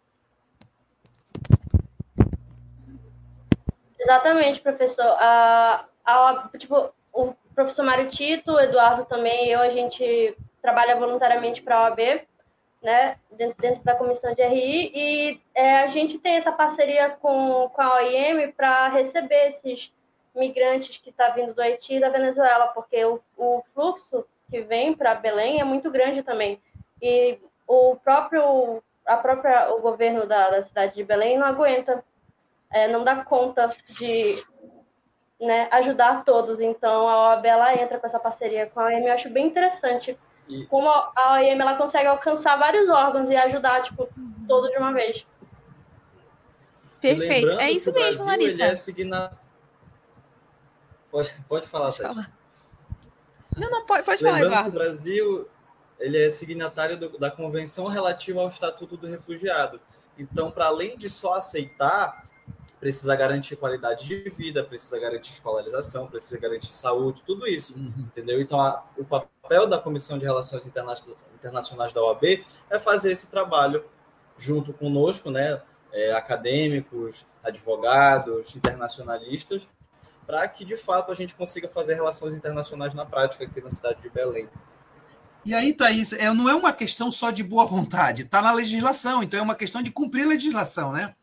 Exatamente, professor. A, a, tipo, o professor Mário Tito, o Eduardo também, eu, a gente trabalha voluntariamente para a O A B, né, dentro, dentro da Comissão de R I, e é, a gente tem essa parceria com, com a O I M para receber esses migrantes que estão tá vindo do Haiti e da Venezuela, porque o, o fluxo que vem para Belém é muito grande também. E o próprio, a própria, o governo da, da cidade de Belém não aguenta, é, não dá conta de, né, ajudar todos. Então, a O A B ela entra com essa parceria com a O I M. Eu acho bem interessante e... como a O I M ela consegue alcançar vários órgãos e ajudar tipo, todos de uma vez. Perfeito. É isso mesmo, Larissa. Ele é signa... Pode, pode falar, pode falar. Não, não, pode, pode falar, Lembrando Eduardo. que o Brasil ele é signatário do, da Convenção relativa ao Estatuto do Refugiado. Então, para além de só aceitar, precisa garantir qualidade de vida, precisa garantir escolarização, precisa garantir saúde, tudo isso, uhum. entendeu? Então, a, o papel da Comissão de Relações Internacionais da O A B é fazer esse trabalho junto conosco, né, é, acadêmicos, advogados, internacionalistas, para que, de fato, a gente consiga fazer relações internacionais na prática aqui na cidade de Belém. E aí, Thaís, é, não é uma questão só de boa vontade, está na legislação, então é uma questão de cumprir a legislação, né?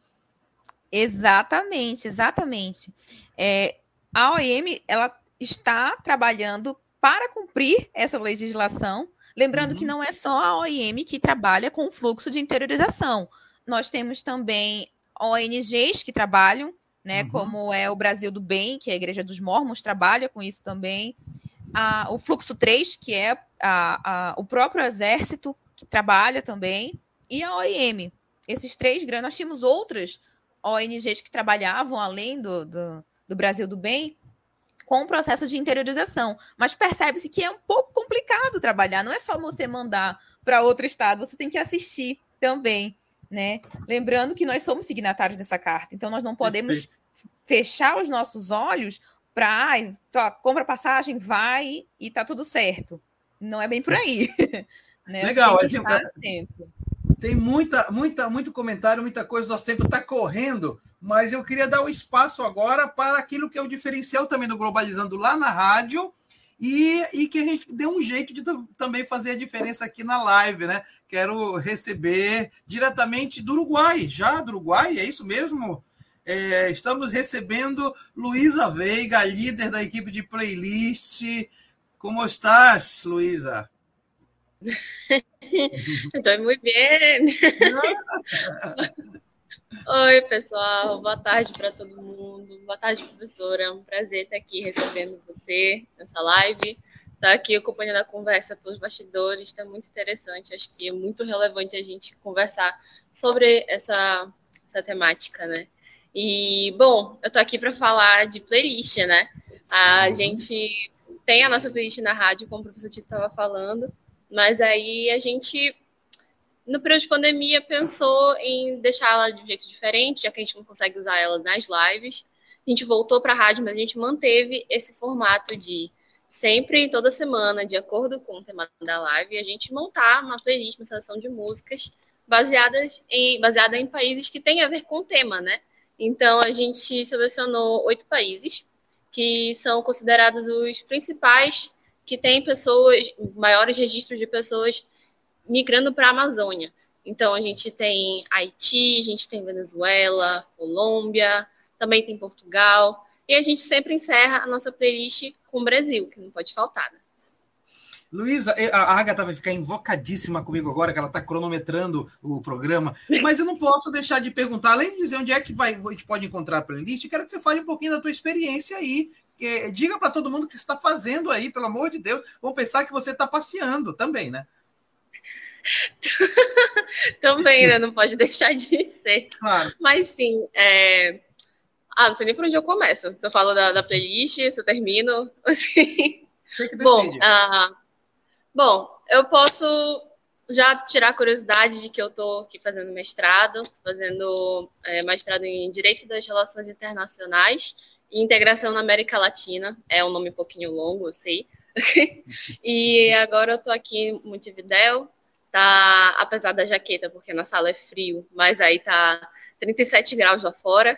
Exatamente, exatamente. É, a O I M ela está trabalhando para cumprir essa legislação, lembrando uhum. que não é só a O I M que trabalha com o fluxo de interiorização. Nós temos também O N Gs que trabalham, né, uhum. como é o Brasil do Bem, que é a Igreja dos Mórmons, trabalha com isso também. A, o Fluxo três, que é a, a, o próprio Exército, que trabalha também, e a O I M. Esses três grandes, nós tínhamos outras O N Gs que trabalhavam, além do, do, do Brasil do Bem, com o processo de interiorização. Mas percebe-se que é um pouco complicado trabalhar, não é só você mandar para outro estado, você tem que assistir também. Né? Lembrando que nós somos signatários dessa carta, então nós não podemos Perfeito. fechar os nossos olhos para ah, compra passagem, vai e tá tudo certo. Não é bem por aí. Né? Legal, tem, tem muita, muita, muito comentário, muita coisa, nosso tempo está correndo, mas eu queria dar o espaço agora para aquilo que é o diferencial também do Globalizando lá na rádio. E, e que a gente dê um jeito de também fazer a diferença aqui na live, né? Quero receber diretamente do Uruguai, já do Uruguai, é isso mesmo? É, estamos recebendo Luísa Veiga, líder da equipe de playlist. Como estás, Luísa? Estou muito bem. Oi, pessoal. Boa tarde para todo mundo. Boa tarde, professora. É um prazer estar aqui recebendo você nessa live. Estar aqui acompanhando a conversa pelos bastidores. Está muito interessante. Acho que é muito relevante a gente conversar sobre essa, essa temática, né? E, bom, eu estou aqui para falar de playlist, né? A gente tem a nossa playlist na rádio, como o professor Tito estava falando, mas aí a gente... No período de pandemia, pensou em deixar ela de um jeito diferente, já que a gente não consegue usar ela nas lives. A gente voltou para a rádio, mas a gente manteve esse formato de sempre, toda semana, de acordo com o tema da live, a gente montar uma playlist, uma seleção de músicas baseadas em, baseada em países que têm a ver com o tema, né? Então, a gente selecionou oito países que são considerados os principais, que têm pessoas, maiores registros de pessoas migrando para a Amazônia. Então, a gente tem Haiti, a gente tem Venezuela, Colômbia, também tem Portugal, e a gente sempre encerra a nossa playlist com o Brasil, que não pode faltar, né? Luísa, a Agatha vai ficar invocadíssima comigo agora, que ela está cronometrando o programa, mas eu não posso deixar de perguntar, além de dizer onde é que vai, a gente pode encontrar a playlist, quero que você fale um pouquinho da tua experiência aí. Diga para todo mundo o que você está fazendo aí, pelo amor de Deus. Vão pensar que você está passeando também, né? Também, né? Não pode deixar de ser. Claro. Mas sim, é... ah, não sei nem por onde eu começo. Se eu falo da, da playlist, se eu termino, assim... Você que decide. Bom, uh... Bom, eu posso já tirar a curiosidade de que eu estou aqui fazendo mestrado, fazendo é, mestrado em Direito das Relações Internacionais e Integração na América Latina. É um nome um pouquinho longo, eu sei. E agora eu estou aqui em Montevidéu, tá, apesar da jaqueta, porque na sala é frio, mas aí tá trinta e sete graus lá fora.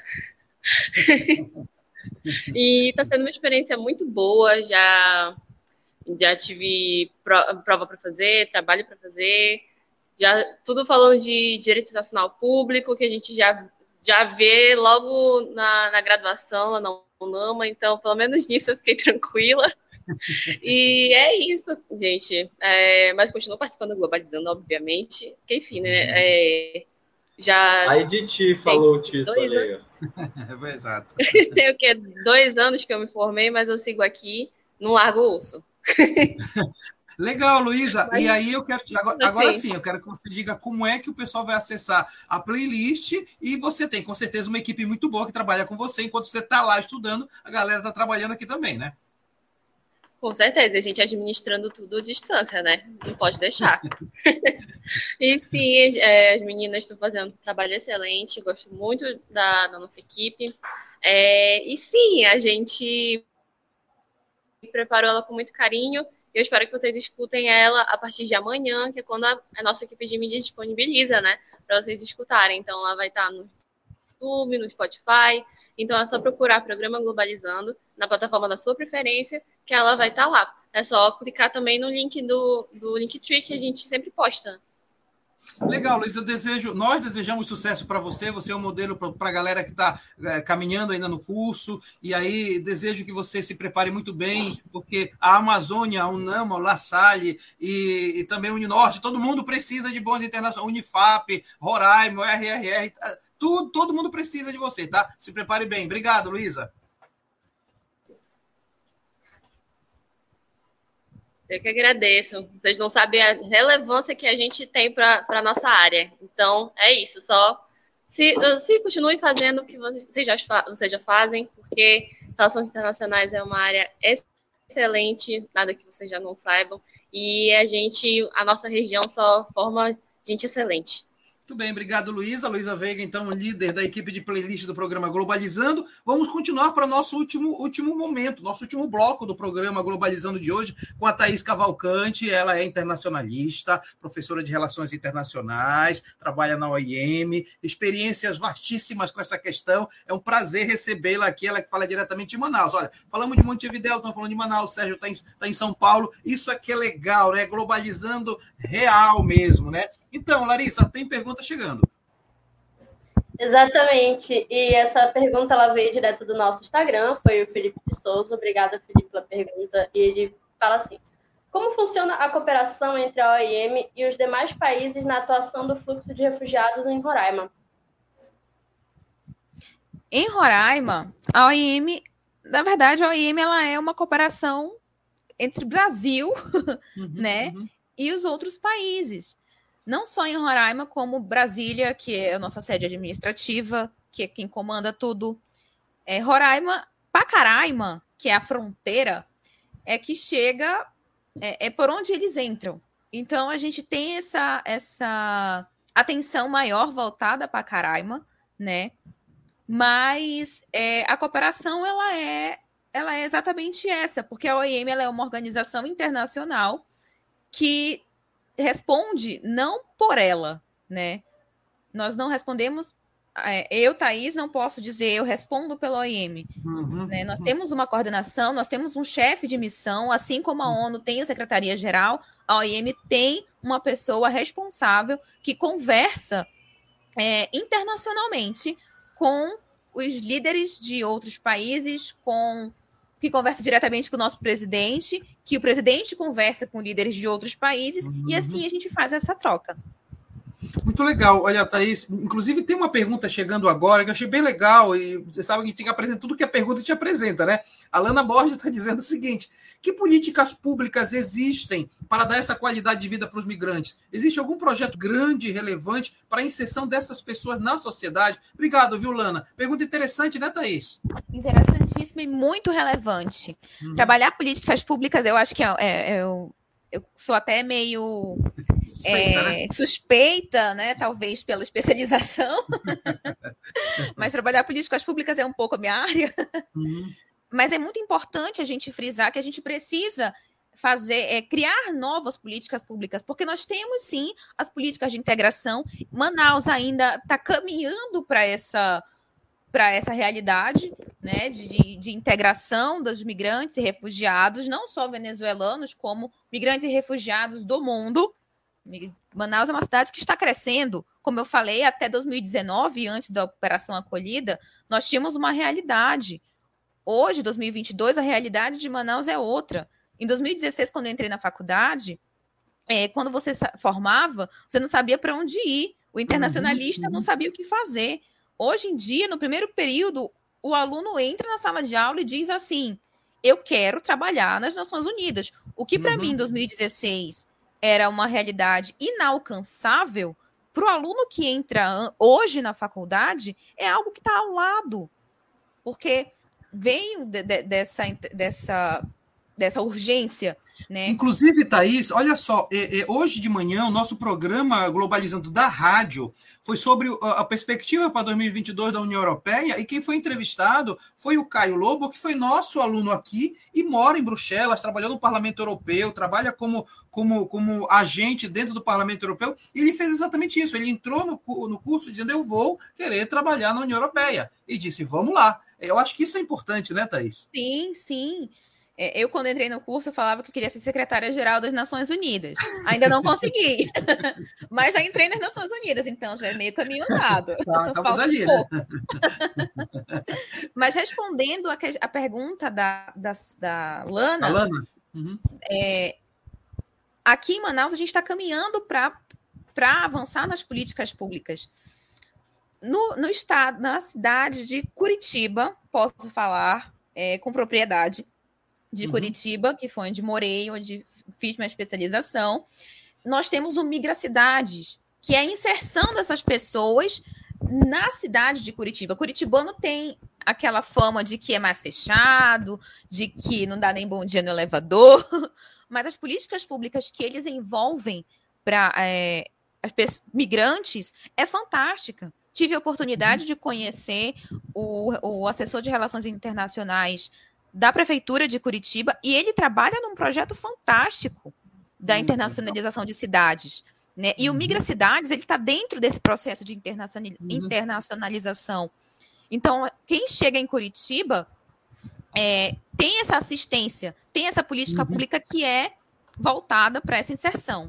E está sendo uma experiência muito boa, já... Já tive prova para fazer, trabalho para fazer, já tudo falando de direito internacional público, que a gente já, já vê logo na, na graduação, lá na UNAMA, então pelo menos nisso eu fiquei tranquila. E é isso, gente. É, mas continuo participando do Globalizando, obviamente. Que, enfim, né? É, já Aí de ti falou o título ali. É, exato. Tem o quê? Dois anos que eu me formei, mas eu sigo aqui, não largo o osso. Legal, Luísa. Mas, e aí eu quero agora, agora sim, eu quero que você diga como é que o pessoal vai acessar a playlist, e você tem com certeza uma equipe muito boa que trabalha com você, enquanto você está lá estudando, a galera está trabalhando aqui também, né? Com certeza, a gente administrando tudo à distância, né? Não pode deixar. E sim, é, as meninas estão fazendo um trabalho excelente, gosto muito da, da nossa equipe. É, e sim, a gente preparou ela com muito carinho. Eu espero que vocês escutem ela a partir de amanhã, que é quando a, a nossa equipe de mídia disponibiliza, né? Para vocês escutarem. Então, ela vai estar no YouTube, no Spotify. Então, é só procurar Programa Globalizando na plataforma da sua preferência, que ela vai estar lá. É só clicar também no link do, do Linktree, que a gente sempre posta. Legal, Luísa, eu desejo, nós desejamos sucesso para você, você é um modelo para a galera que está é, caminhando ainda no curso, e aí desejo que você se prepare muito bem, porque a Amazônia, a UNAMA, a La Salle e, e também o Uninorte, todo mundo precisa de bons internacionais, Unifap, Roraima, R R R, tudo, todo mundo precisa de você, tá? Se prepare bem. Obrigado, Luísa. Eu que agradeço. Vocês não sabem a relevância que a gente tem para a nossa área. Então, é isso. Só se, se continuem fazendo o que vocês já, vocês já fazem, porque relações internacionais é uma área excelente, nada que vocês já não saibam. E a gente, a nossa região só forma gente excelente. Muito bem, obrigado, Luísa. Luísa Veiga, então, líder da equipe de playlist do programa Globalizando. Vamos continuar para o nosso último, último momento, nosso último bloco do programa Globalizando de hoje, com a Thaís Cavalcante. Ela é internacionalista, professora de Relações Internacionais, trabalha na O I M, experiências vastíssimas com essa questão. É um prazer recebê-la aqui, ela que fala diretamente de Manaus. Olha, falamos de Montevidéu, estamos falando de Manaus, o Sérgio está em, tá em São Paulo. Isso aqui é legal, né? Globalizando real mesmo, né? Então, Larissa, tem pergunta chegando. Exatamente. E essa pergunta ela veio direto do nosso Instagram, foi o Felipe de Souza. Obrigada, Felipe, pela pergunta. E ele fala assim: como funciona a cooperação entre a O I M e os demais países na atuação do fluxo de refugiados em Roraima? Em Roraima, a O I M, na verdade, a O I M ela é uma cooperação entre o Brasil, uhum, né, uhum. e os outros países. Não só em Roraima, como Brasília, que é a nossa sede administrativa, que é quem comanda tudo. É, Roraima, Pacaraima, que é a fronteira, é que chega, é, é por onde eles entram. Então, a gente tem essa, essa atenção maior voltada para Pacaraima, né? Mas é, a cooperação, ela é, ela é exatamente essa, porque a O I M ela é uma organização internacional que responde não por ela, né? Nós não respondemos, eu, Thaís, não posso dizer eu respondo pela O I M. Uhum, né? Nós uhum. temos uma coordenação, nós temos um chefe de missão, assim como a ONU tem a Secretaria-Geral, a O I M tem uma pessoa responsável que conversa é, internacionalmente com os líderes de outros países, com que conversa diretamente com o nosso presidente, que o presidente conversa com líderes de outros países, uhum. e assim a gente faz essa troca. Muito legal. Olha, Thaís, inclusive tem uma pergunta chegando agora que eu achei bem legal, e você sabe que a gente tem que apresentar tudo que a pergunta te apresenta, né? A Lana Borges está dizendo o seguinte: que políticas públicas existem para dar essa qualidade de vida para os migrantes? Existe algum projeto grande e relevante para a inserção dessas pessoas na sociedade? Obrigado, viu, Lana? Pergunta interessante, né, Thaís? Interessantíssimo e muito relevante. Hum. Trabalhar políticas públicas, eu acho que é, é, é o eu sou até meio suspeita, é, né? suspeita, né? Talvez pela especialização, mas trabalhar políticas públicas é um pouco a minha área. Uhum. Mas é muito importante a gente frisar que a gente precisa fazer, é, criar novas políticas públicas, porque nós temos sim as políticas de integração. Manaus ainda está caminhando para essa para essa realidade, né, de, de integração dos migrantes e refugiados, não só venezuelanos, como migrantes e refugiados do mundo. Manaus é uma cidade que está crescendo. Como eu falei, até dois mil e dezenove, antes da Operação Acolhida, nós tínhamos uma realidade. Hoje, dois mil e vinte e dois, a realidade de Manaus é outra. Em dois mil e dezesseis, quando eu entrei na faculdade, é, quando você formava, você não sabia para onde ir. O internacionalista uhum. não sabia o que fazer. Hoje em dia, no primeiro período, o aluno entra na sala de aula e diz assim: eu quero trabalhar nas Nações Unidas. O que, para uhum. mim, em dois mil e dezesseis, era uma realidade inalcançável, para o aluno que entra hoje na faculdade, é algo que está ao lado. Porque vem de, de, dessa, dessa, dessa urgência. Né? Inclusive, Thaís, olha só, é, é, hoje de manhã o nosso programa Globalizando da Rádio foi sobre a, a perspectiva para dois mil e vinte e dois da União Europeia, e quem foi entrevistado foi o Caio Lobo, que foi nosso aluno aqui e mora em Bruxelas, trabalhou no Parlamento Europeu, trabalha como, como, como agente dentro do Parlamento Europeu, e ele fez exatamente isso. Ele entrou no, no curso dizendo: eu vou querer trabalhar na União Europeia, e disse: vamos lá. Eu acho que isso é importante, né, Thaís? Sim, sim. Eu, quando entrei no curso, eu falava que eu queria ser secretária-geral das Nações Unidas. Ainda não consegui, mas já entrei nas Nações Unidas, então já é meio caminho andado. Tá, estamos ali, né? Mas respondendo a, a pergunta da, da, da Lana, Lana. Uhum. É, aqui em Manaus a gente está caminhando para avançar nas políticas públicas. No, no estado, na cidade de Curitiba, posso falar é, com propriedade, de uhum. Curitiba, que foi onde morei, onde fiz minha especialização, nós temos o Migracidades, que é a inserção dessas pessoas na cidade de Curitiba. Curitibano tem aquela fama de que é mais fechado, de que não dá nem bom dia no elevador, mas as políticas públicas que eles envolvem para é, as migrantes é fantástica. Tive a oportunidade uhum. de conhecer o, o assessor de Relações Internacionais da Prefeitura de Curitiba, e ele trabalha num projeto fantástico da internacionalização de cidades. Né? E uhum. o Migracidades, ele está dentro desse processo de internacional, uhum. internacionalização. Então, quem chega em Curitiba é, tem essa assistência, tem essa política uhum. pública que é voltada para essa inserção.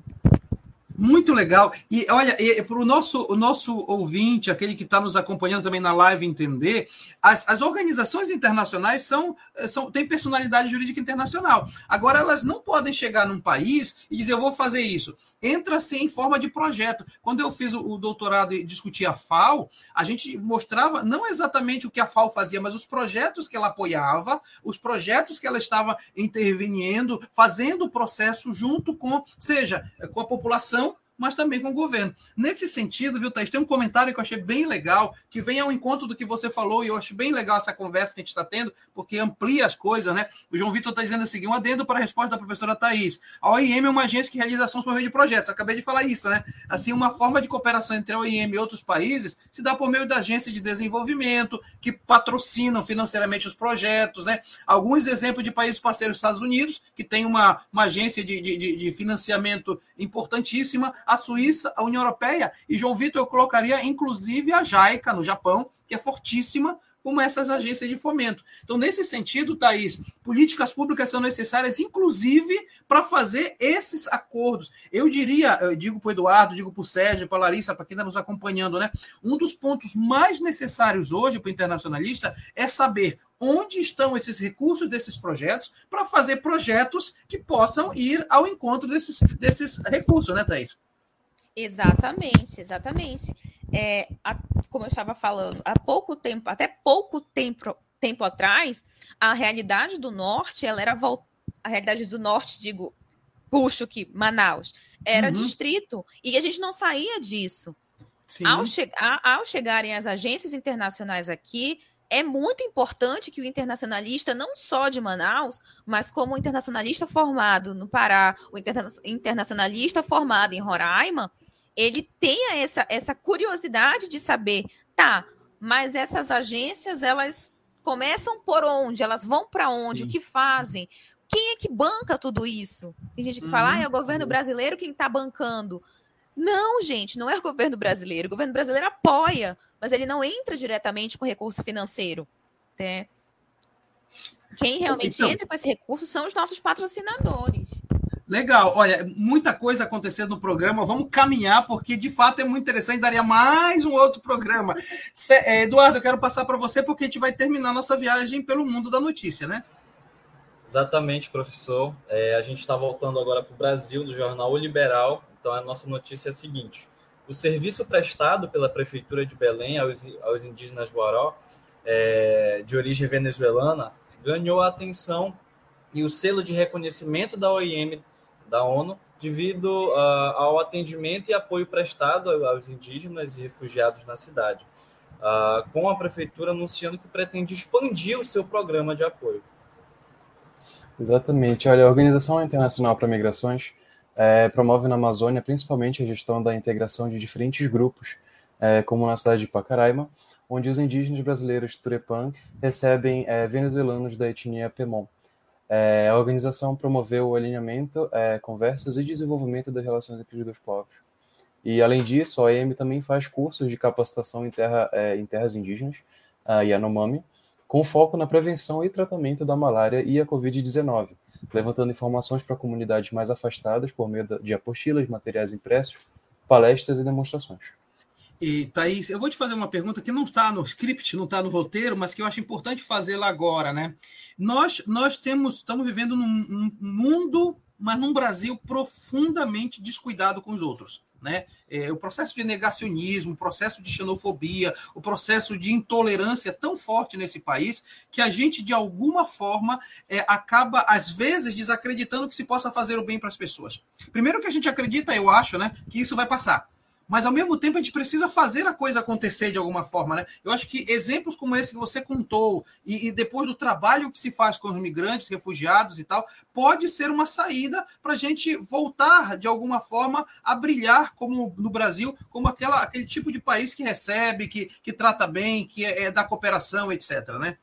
Muito legal. E olha, para o nosso, o nosso ouvinte, aquele que está nos acompanhando também na live, entender, as, as organizações internacionais são, são, têm personalidade jurídica internacional. Agora, elas não podem chegar num país e dizer: eu vou fazer isso. Entra-se em forma de projeto. Quando eu fiz o, o doutorado e discutia a FAO, a gente mostrava não exatamente o que a FAO fazia, mas os projetos que ela apoiava, os projetos que ela estava intervenindo, fazendo o processo junto com, seja, com a população, mas também com o governo. Nesse sentido, viu, Thaís, tem um comentário que eu achei bem legal, que vem ao encontro do que você falou, e eu acho bem legal essa conversa que a gente está tendo, porque amplia as coisas, né? O João Vitor está dizendo assim: um adendo para a resposta da professora Thaís. A O I M é uma agência que realiza ações por meio de projetos. Acabei de falar isso, né? Assim, uma forma de cooperação entre a O I M e outros países se dá por meio da agência de desenvolvimento, que patrocinam financeiramente os projetos, né? Alguns exemplos de países parceiros: Estados Unidos, que tem uma, uma agência de, de, de financiamento importantíssima, a Suíça, a União Europeia, e João Vitor, eu colocaria inclusive a JICA no Japão, que é fortíssima, como essas agências de fomento. Então, nesse sentido, Thaís, políticas públicas são necessárias, inclusive, para fazer esses acordos. Eu diria, eu digo para o Eduardo, digo para o Sérgio, para a Larissa, para quem está nos acompanhando, né? Um dos pontos mais necessários hoje para o internacionalista é saber onde estão esses recursos desses projetos para fazer projetos que possam ir ao encontro desses, desses recursos, né, Thaís? Exatamente, exatamente. É, a, como eu estava falando, há pouco tempo, até pouco tempo, tempo atrás, a realidade do norte, ela era a realidade do norte, digo, puxo que Manaus, era uhum. distrito, e a gente não saía disso. Ao, che a, ao chegarem as agências internacionais aqui, é muito importante que o internacionalista, não só de Manaus, mas como o internacionalista formado no Pará, o interna internacionalista formado em Roraima, ele tenha essa, essa curiosidade de saber, tá, mas essas agências, elas começam por onde? Elas vão para onde? Sim. O que fazem? Quem é que banca tudo isso? Tem gente que uhum. fala, ah, é o governo brasileiro quem está bancando. Não, gente, não é o governo brasileiro. O governo brasileiro apoia, mas ele não entra diretamente com recurso financeiro. Né? Quem realmente então, entra com esse recurso são os nossos patrocinadores. Legal. Olha, muita coisa acontecendo no programa. Vamos caminhar, porque, de fato, é muito interessante. Daria mais um outro programa. Cê, é, Eduardo, eu quero passar para você, porque a gente vai terminar nossa viagem pelo mundo da notícia, né? Exatamente, professor. É, a gente está voltando agora para o Brasil, do jornal O Liberal. Então, a nossa notícia é a seguinte. O serviço prestado pela Prefeitura de Belém aos, aos indígenas Guaró, é, de origem venezuelana, ganhou a atenção e o selo de reconhecimento da O I M, da ONU, devido uh, ao atendimento e apoio prestado aos indígenas e refugiados na cidade, uh, com a Prefeitura anunciando que pretende expandir o seu programa de apoio. Exatamente. Olha, a Organização Internacional para Migrações É, promove na Amazônia principalmente a gestão da integração de diferentes grupos, é, como na cidade de Pacaraima, onde os indígenas brasileiros Turepã recebem é, venezuelanos da etnia Pemon. É, a organização promoveu o alinhamento, é, conversas e desenvolvimento das relações entre os dois povos. E, além disso, a O I M também faz cursos de capacitação em, terra, é, em terras indígenas, a Yanomami, com foco na prevenção e tratamento da malária e a covid dezenove, levantando informações para comunidades mais afastadas por meio de apostilas, materiais impressos, palestras e demonstrações. E, Thaís, eu vou te fazer uma pergunta que não está no script, não está no roteiro, mas que eu acho importante fazê-la agora, né? Nós, nós temos, estamos vivendo num, num mundo, mas num Brasil profundamente descuidado com os outros. Né? É, o processo de negacionismo, o processo de xenofobia, o processo de intolerância é tão forte nesse país que a gente, de alguma forma, é, acaba, às vezes, desacreditando que se possa fazer o bem para as pessoas. Primeiro que a gente acredita, eu acho, né, que isso vai passar. Mas, ao mesmo tempo, a gente precisa fazer a coisa acontecer de alguma forma. Né? Eu acho que exemplos como esse que você contou, e, e depois do trabalho que se faz com os migrantes, refugiados e tal, pode ser uma saída para a gente voltar, de alguma forma, a brilhar como no Brasil, como aquela, aquele tipo de país que recebe, que, que trata bem, que é, é da cooperação, etcétera. Né?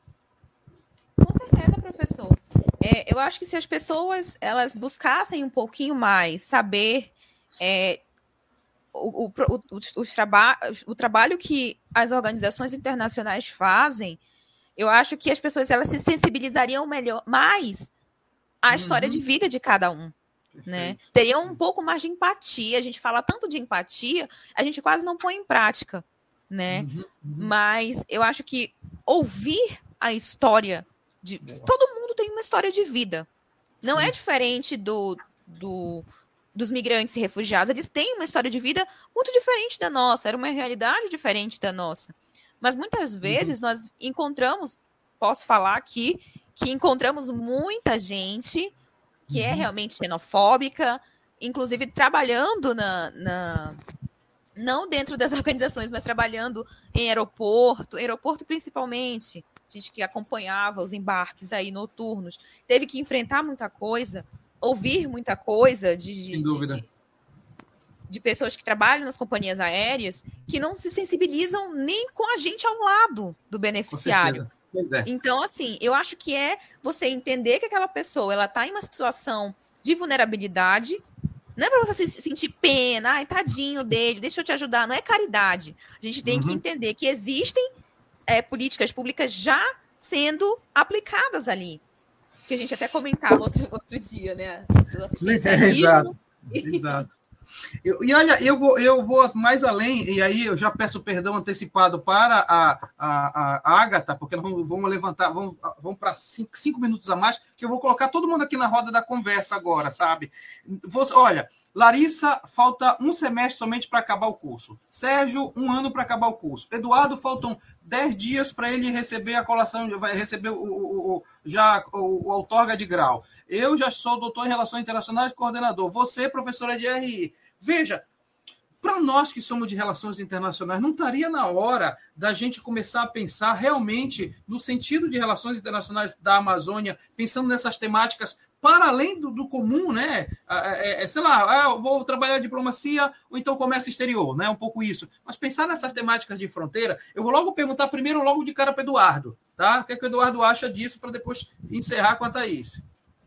Com certeza, professor. É, eu acho que se as pessoas elas buscassem um pouquinho mais saber... É, O, o, o, os traba o trabalho que as organizações internacionais fazem, eu acho que as pessoas elas se sensibilizariam melhor, mais à história uhum. de vida de cada um. Né? Teriam um pouco mais de empatia. A gente fala tanto de empatia, a gente quase não põe em prática. Né? Uhum. Uhum. Mas eu acho que ouvir a história de. Todo mundo tem uma história de vida. Não Sim. é diferente do. do dos migrantes e refugiados, eles têm uma história de vida muito diferente da nossa, era uma realidade diferente da nossa. Mas muitas vezes uhum. nós encontramos, posso falar aqui, que encontramos muita gente que uhum. é realmente xenofóbica, inclusive trabalhando na, na... não dentro das organizações, mas trabalhando em aeroporto, aeroporto principalmente, gente que acompanhava os embarques aí noturnos, teve que enfrentar muita coisa, ouvir muita coisa de, de, Sem dúvida. de, de pessoas que trabalham nas companhias aéreas que não se sensibilizam nem com a gente ao lado do beneficiário. Pois é. Então, assim, eu acho que é você entender que aquela pessoa ela está em uma situação de vulnerabilidade. Não é para você se sentir pena, ai, tadinho dele, deixa eu te ajudar. Não é caridade. A gente tem uhum. que entender que existem é, políticas públicas já sendo aplicadas ali. Que a gente até comentava outro, outro dia, né? É, exato, exato. Eu, e olha, eu vou, eu vou mais além, e aí eu já peço perdão antecipado para a, a, a Ágata, porque nós vamos, vamos levantar, vamos, vamos para cinco, cinco minutos a mais, que eu vou colocar todo mundo aqui na roda da conversa agora, sabe? Você, olha, Larissa, falta um semestre somente para acabar o curso. Sérgio, um ano para acabar o curso. Eduardo, faltam dez dias para ele receber a colação, vai receber o, o, o, já o, o outorga de grau. Eu já sou doutor em Relações Internacionais e coordenador. Você, professora de R I. Veja, para nós que somos de Relações Internacionais, não estaria na hora da gente começar a pensar realmente no sentido de Relações Internacionais da Amazônia, pensando nessas temáticas para além do, do comum, né? É, é, sei lá, eu vou trabalhar diplomacia ou então comércio exterior, né? Um pouco isso. Mas pensar nessas temáticas de fronteira, eu vou logo perguntar primeiro, logo de cara para o Eduardo, tá? O que é que o Eduardo acha disso para depois encerrar com a Thaís?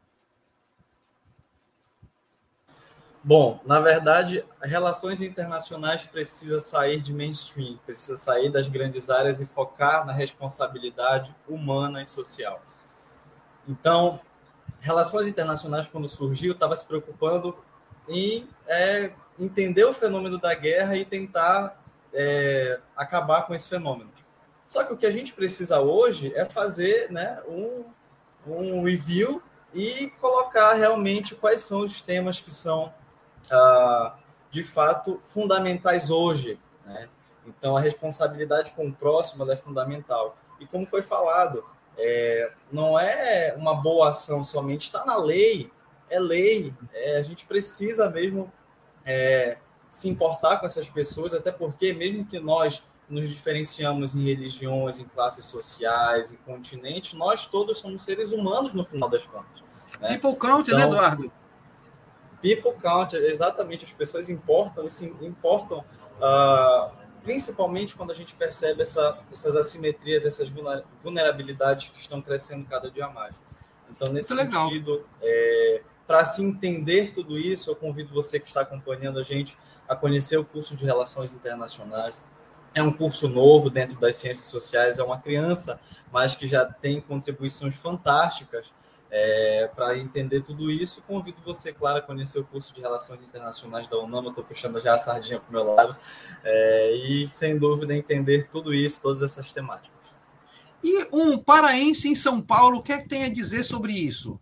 Bom, na verdade, relações internacionais precisa sair de mainstream, precisa sair das grandes áreas e focar na responsabilidade humana e social. Então, relações internacionais, quando surgiu, estava se preocupando em é, entender o fenômeno da guerra e tentar é, acabar com esse fenômeno. Só que o que a gente precisa hoje é fazer, né, um, um review e colocar realmente quais são os temas que são, ah, de fato, fundamentais hoje, né? Então, a responsabilidade com o próximo é fundamental. E como foi falado, É, não é uma boa ação somente, está na lei, é lei, é, a gente precisa mesmo é, se importar com essas pessoas, até porque mesmo que nós nos diferenciamos em religiões, em classes sociais, em continentes, nós todos somos seres humanos no final das contas, né? People count, então, né, Eduardo? People count, exatamente, as pessoas importam, se importam uh, principalmente quando a gente percebe essa, essas assimetrias, essas vulnerabilidades que estão crescendo cada dia mais. Então, nesse sentido, é, para se entender tudo isso, eu convido você que está acompanhando a gente a conhecer o curso de Relações Internacionais. É um curso novo dentro das ciências sociais, é uma criança, mas que já tem contribuições fantásticas. É, para entender tudo isso, convido você, claro, a conhecer o curso de Relações Internacionais da UNAMA. Estou puxando já a sardinha para o meu lado. É, e, sem dúvida, entender tudo isso, todas essas temáticas. E um paraense em São Paulo, o que é que tem a dizer sobre isso?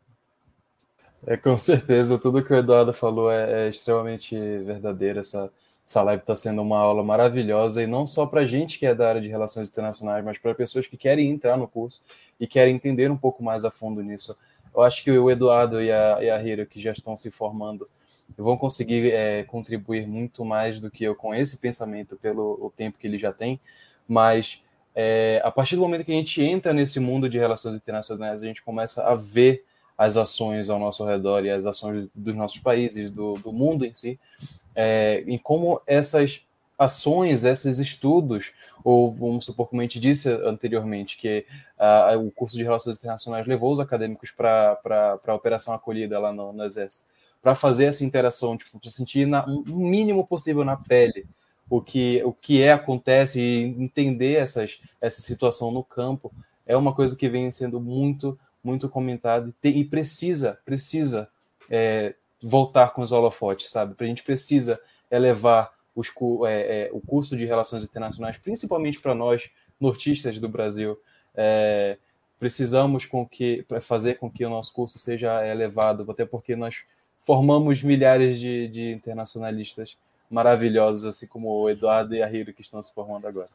É, com certeza, tudo que o Eduardo falou é, é extremamente verdadeiro. Essa, essa live está sendo uma aula maravilhosa, e não só para a gente que é da área de Relações Internacionais, mas para pessoas que querem entrar no curso e querem entender um pouco mais a fundo nisso. Eu acho que o Eduardo e a, e a Hiro, que já estão se formando, vão conseguir é, contribuir muito mais do que eu com esse pensamento pelo o tempo que ele já tem, mas é, a partir do momento que a gente entra nesse mundo de relações internacionais, a gente começa a ver as ações ao nosso redor e as ações dos nossos países, do, do mundo em si, é, em como essas ações, esses estudos, ou vamos supor, como a gente disse anteriormente, que uh, o curso de Relações Internacionais levou os acadêmicos para a Operação Acolhida lá no, no Exército, para fazer essa interação, tipo, para sentir na, o mínimo possível na pele o que, o que é, acontece, e entender essas, essa situação no campo, é uma coisa que vem sendo muito, muito comentada, e, e precisa, precisa é, voltar com os holofotes, sabe? A gente precisa elevar Os, é, é, o curso de Relações Internacionais, principalmente para nós, nortistas do Brasil. É, precisamos com que, fazer com que o nosso curso seja elevado, até porque nós formamos milhares de, de internacionalistas maravilhosos, assim como o Eduardo e a Hiro, que estão se formando agora.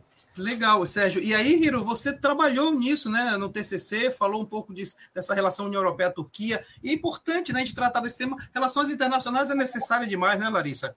Legal, Sérgio. E aí, Hiro, você trabalhou nisso, né, no T C C, falou um pouco disso, dessa relação União Europeia-Turquia. E é importante, né, a gente tratar desse tema. Relações internacionais é necessário demais, né, Larissa?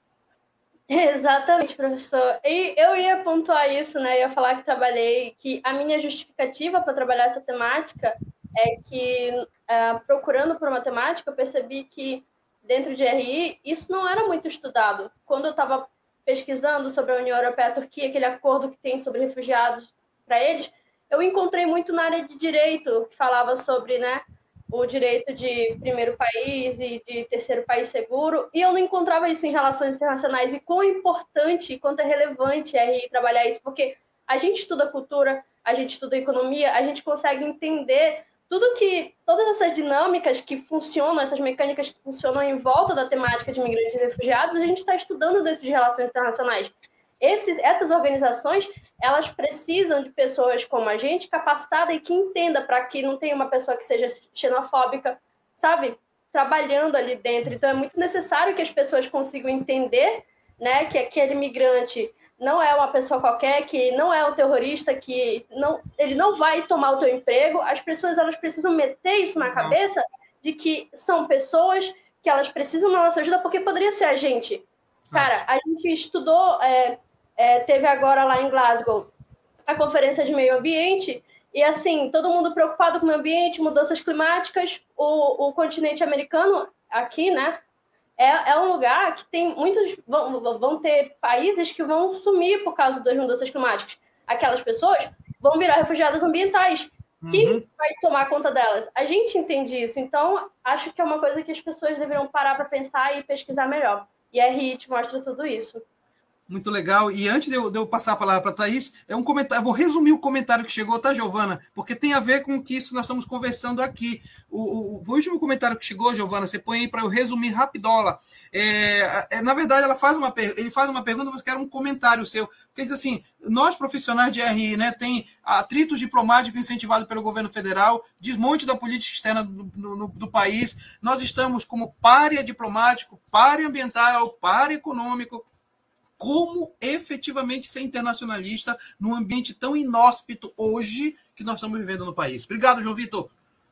Exatamente, professor. E eu ia pontuar isso, né? Eu ia falar que trabalhei, que a minha justificativa para trabalhar essa temática é que, uh, procurando por uma temática, eu percebi que dentro de R I isso não era muito estudado. Quando eu estava pesquisando sobre a União Europeia-Turquia, aquele acordo que tem sobre refugiados para eles, eu encontrei muito na área de direito, que falava sobre, né, o direito de primeiro país e de terceiro país seguro, e eu não encontrava isso em relações internacionais, e quão importante e quanto é relevante é trabalhar isso, porque a gente estuda cultura, a gente estuda economia, a gente consegue entender tudo que, todas essas dinâmicas que funcionam, essas mecânicas que funcionam em volta da temática de imigrantes e refugiados, a gente está estudando dentro de relações internacionais. Esses, essas organizações, elas precisam de pessoas como a gente, capacitada e que entenda, para que não tenha uma pessoa que seja xenofóbica, sabe? trabalhando ali dentro. Então, é muito necessário que as pessoas consigam entender, né, que aquele migrante não é uma pessoa qualquer, que não é um terrorista, que não, ele não vai tomar o teu emprego. As pessoas, elas precisam meter isso na cabeça de que são pessoas que elas precisam da nossa ajuda, porque poderia ser a gente. Cara, a gente estudou, é, é, teve agora lá em Glasgow a conferência de meio ambiente, e assim, todo mundo preocupado com o meio ambiente, mudanças climáticas. O, o continente americano, aqui, né, é, é um lugar que tem muitos, vão, vão ter países que vão sumir por causa das mudanças climáticas. Aquelas pessoas vão virar refugiadas ambientais. Quem uhum. vai tomar conta delas? A gente entende isso, então acho que é uma coisa que as pessoas deveriam parar para pensar e pesquisar melhor. E a R I T mostra tudo isso. Muito legal. E antes de eu, de eu passar a palavra para a Thaís, é um comentário. Eu vou resumir o comentário que chegou, tá, Giovana? Porque tem a ver com que isso que nós estamos conversando aqui. O, o, o último comentário que chegou, Giovana, você põe aí para eu resumir rapidola. É, é, na verdade, ela faz uma, ele faz uma pergunta, mas quero um comentário seu. Porque diz assim: nós, profissionais de R I, né, tem atritos diplomáticos incentivados pelo governo federal, desmonte da política externa do, do, do país. Nós estamos como pária diplomático, pária ambiental, pária econômico. Como efetivamente ser internacionalista num ambiente tão inóspito hoje que nós estamos vivendo no país? Obrigado, João Vitor.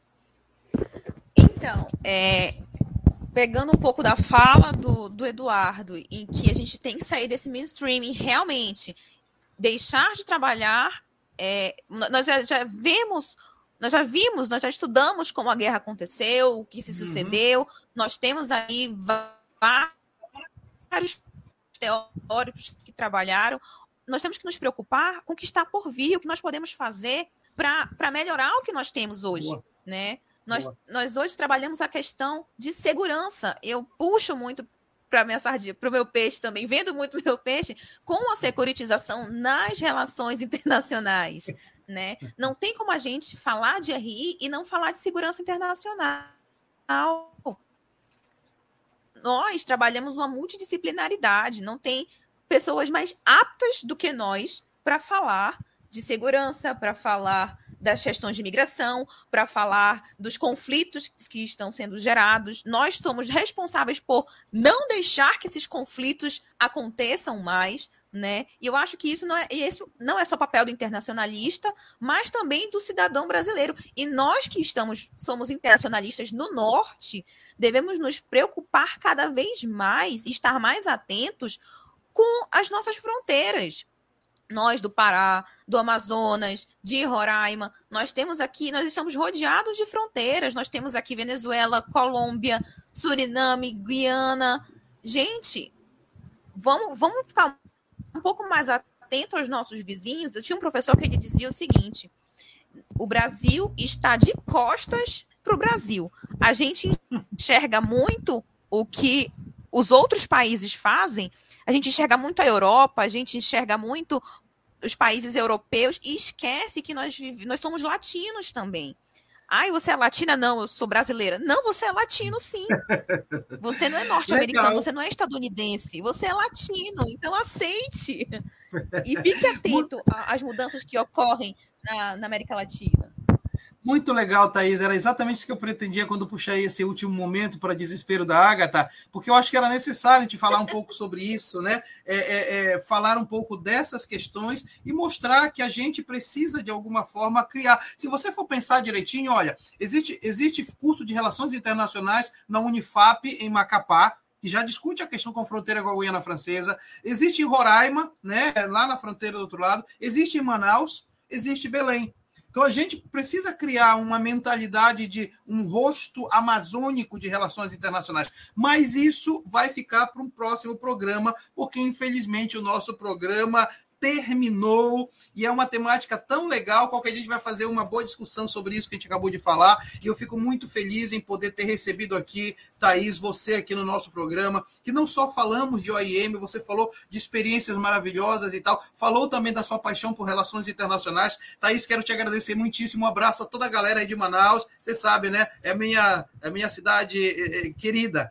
Então, é, pegando um pouco da fala do, do Eduardo, em que a gente tem que sair desse mainstream, realmente deixar de trabalhar, é, nós já, já vemos, nós já vimos, nós já estudamos como a guerra aconteceu, o que se sucedeu, uhum. Nós temos aí vários teóricos que trabalharam. Nós temos que nos preocupar com o que está por vir, o que nós podemos fazer para melhorar o que nós temos hoje, Boa. né? Nós, nós hoje trabalhamos a questão de segurança. Eu puxo muito para minha sardinha, para o meu peixe também, vendo muito meu peixe, com a securitização nas relações internacionais, né? Não tem como a gente falar de R I e não falar de segurança internacional. Nós trabalhamos uma multidisciplinaridade, não tem pessoas mais aptas do que nós para falar de segurança, para falar das questões de imigração, para falar dos conflitos que estão sendo gerados. Nós somos responsáveis por não deixar que esses conflitos aconteçam mais, né? E eu acho que isso não é, isso não é só papel do internacionalista, mas também do cidadão brasileiro. E nós que estamos, somos internacionalistas no norte, devemos nos preocupar cada vez mais, estar mais atentos com as nossas fronteiras. Nós do Pará, do Amazonas, de Roraima, nós temos aqui, nós estamos rodeados de fronteiras, nós temos aqui Venezuela, Colômbia, Suriname, Guiana. Gente, vamos, vamos ficar um pouco mais atentos aos nossos vizinhos. Eu tinha um professor que ele dizia o seguinte: o Brasil está de costas para o Brasil. A gente enxerga muito o que os outros países fazem, a gente enxerga muito a Europa, a gente enxerga muito os países europeus e esquece que nós, nós somos latinos também. Ai, você é latina? Não, eu sou brasileira. Não, você é latino, sim. Você não é norte-americano, você não é estadunidense, você é latino, então aceite. E fique atento às mudanças que ocorrem na, na América Latina. Muito legal, Thaís. Era exatamente isso que eu pretendia quando puxei esse último momento para desespero da Ágata, porque eu acho que era necessário a gente falar um pouco sobre isso, né? É, é, é, falar um pouco dessas questões e mostrar que a gente precisa, de alguma forma, criar. Se você for pensar direitinho, olha, existe, existe curso de Relações Internacionais na Unifap, em Macapá, que já discute a questão com a fronteira com a Guiana Francesa. Existe em Roraima, né? Lá na fronteira do outro lado. Existe em Manaus, existe em Belém. Então, a gente precisa criar uma mentalidade de um rosto amazônico de relações internacionais. Mas isso vai ficar para um próximo programa, porque, infelizmente, o nosso programa terminou, e é uma temática tão legal. Qualquer dia a gente vai fazer uma boa discussão sobre isso que a gente acabou de falar, e eu fico muito feliz em poder ter recebido aqui, Thaís, você aqui no nosso programa, que não só falamos de O I M, você falou de experiências maravilhosas e tal, falou também da sua paixão por relações internacionais. Thaís, quero te agradecer muitíssimo, um abraço a toda a galera aí de Manaus, você sabe, né, é a minha, é a minha cidade é, é, querida.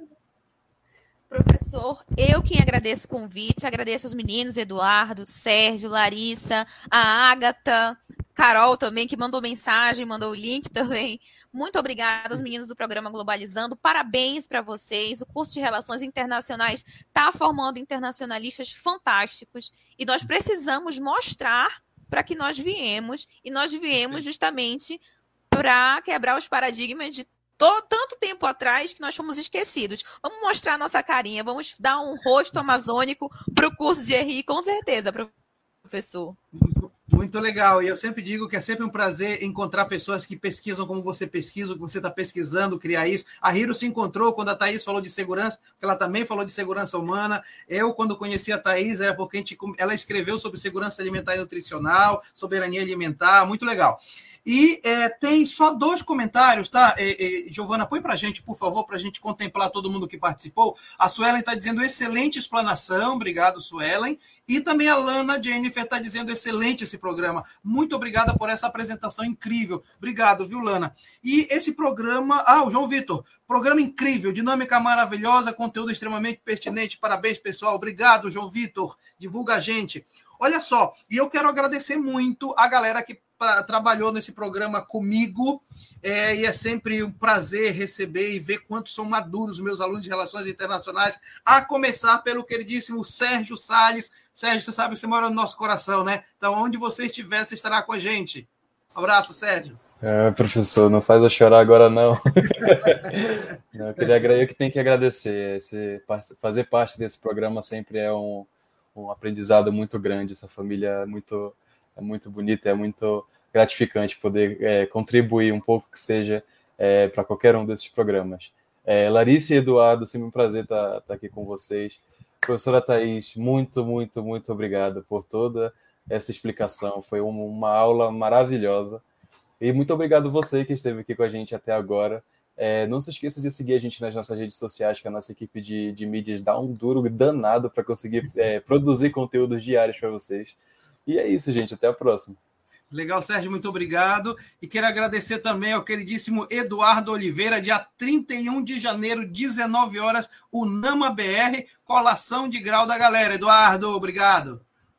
Professor, eu quem agradeço o convite, agradeço aos meninos, Eduardo, Sérgio, Larissa, a Ágata, Carol também, que mandou mensagem, mandou o link também. Muito obrigada aos meninos do programa Globalizando. Parabéns para vocês. O curso de Relações Internacionais está formando internacionalistas fantásticos. E nós precisamos mostrar para que nós viemos. E nós viemos justamente para quebrar os paradigmas de todo, tanto tempo atrás que nós fomos esquecidos. Vamos mostrar nossa carinha, vamos dar um rosto amazônico para o curso de R I, com certeza, professor. Muito legal, e eu sempre digo que é sempre um prazer encontrar pessoas que pesquisam como você pesquisa, o que você está pesquisando, criar isso. A Hiro se encontrou quando a Thaís falou de segurança, porque ela também falou de segurança humana. Eu, quando conheci a Thaís, era porque a gente, ela escreveu sobre segurança alimentar e nutricional, soberania alimentar, muito legal. E é, tem só dois comentários, tá? É, é, Giovana, põe para a gente, por favor, para a gente contemplar todo mundo que participou. A Suelen está dizendo excelente explanação, obrigado, Suelen. E também a Lana Jennifer está dizendo excelente esse programa. Muito obrigada por essa apresentação incrível. Obrigado, viu, Lana? E esse programa... Ah, o João Vitor. Programa incrível, dinâmica maravilhosa, conteúdo extremamente pertinente. Parabéns, pessoal. Obrigado, João Vitor. Divulga a gente. Olha só, e eu quero agradecer muito a galera que pra, trabalhou nesse programa comigo, é, e é sempre um prazer receber e ver quantos são maduros os meus alunos de Relações Internacionais, a começar pelo queridíssimo Sérgio Salles. Sérgio, você sabe que você mora no nosso coração, né? Então, onde você estiver, você estará com a gente. Um abraço, Sérgio. É, professor, não faz eu chorar agora, não. não eu queria agradecer, eu que tenho que agradecer. Esse, fazer parte desse programa sempre é um um aprendizado muito grande. Essa família é muito, é muito bonita, é muito gratificante poder é, contribuir um pouco que seja é, para qualquer um desses programas. É, Larissa e Eduardo, sempre um prazer estar, estar aqui com vocês. Professora Thaís, muito, muito, muito obrigado por toda essa explicação. Foi uma, uma aula maravilhosa. E muito obrigado você que esteve aqui com a gente até agora. É, não se esqueça de seguir a gente nas nossas redes sociais, que a nossa equipe de, de mídias dá um duro danado para conseguir é, produzir conteúdos diários para vocês. E é isso, gente. Até a próxima. Legal, Sérgio, muito obrigado. E quero agradecer também ao queridíssimo Eduardo Oliveira, dia trinta e um de janeiro, dezenove horas, o Nama B R, colação de grau da galera. Eduardo, obrigado.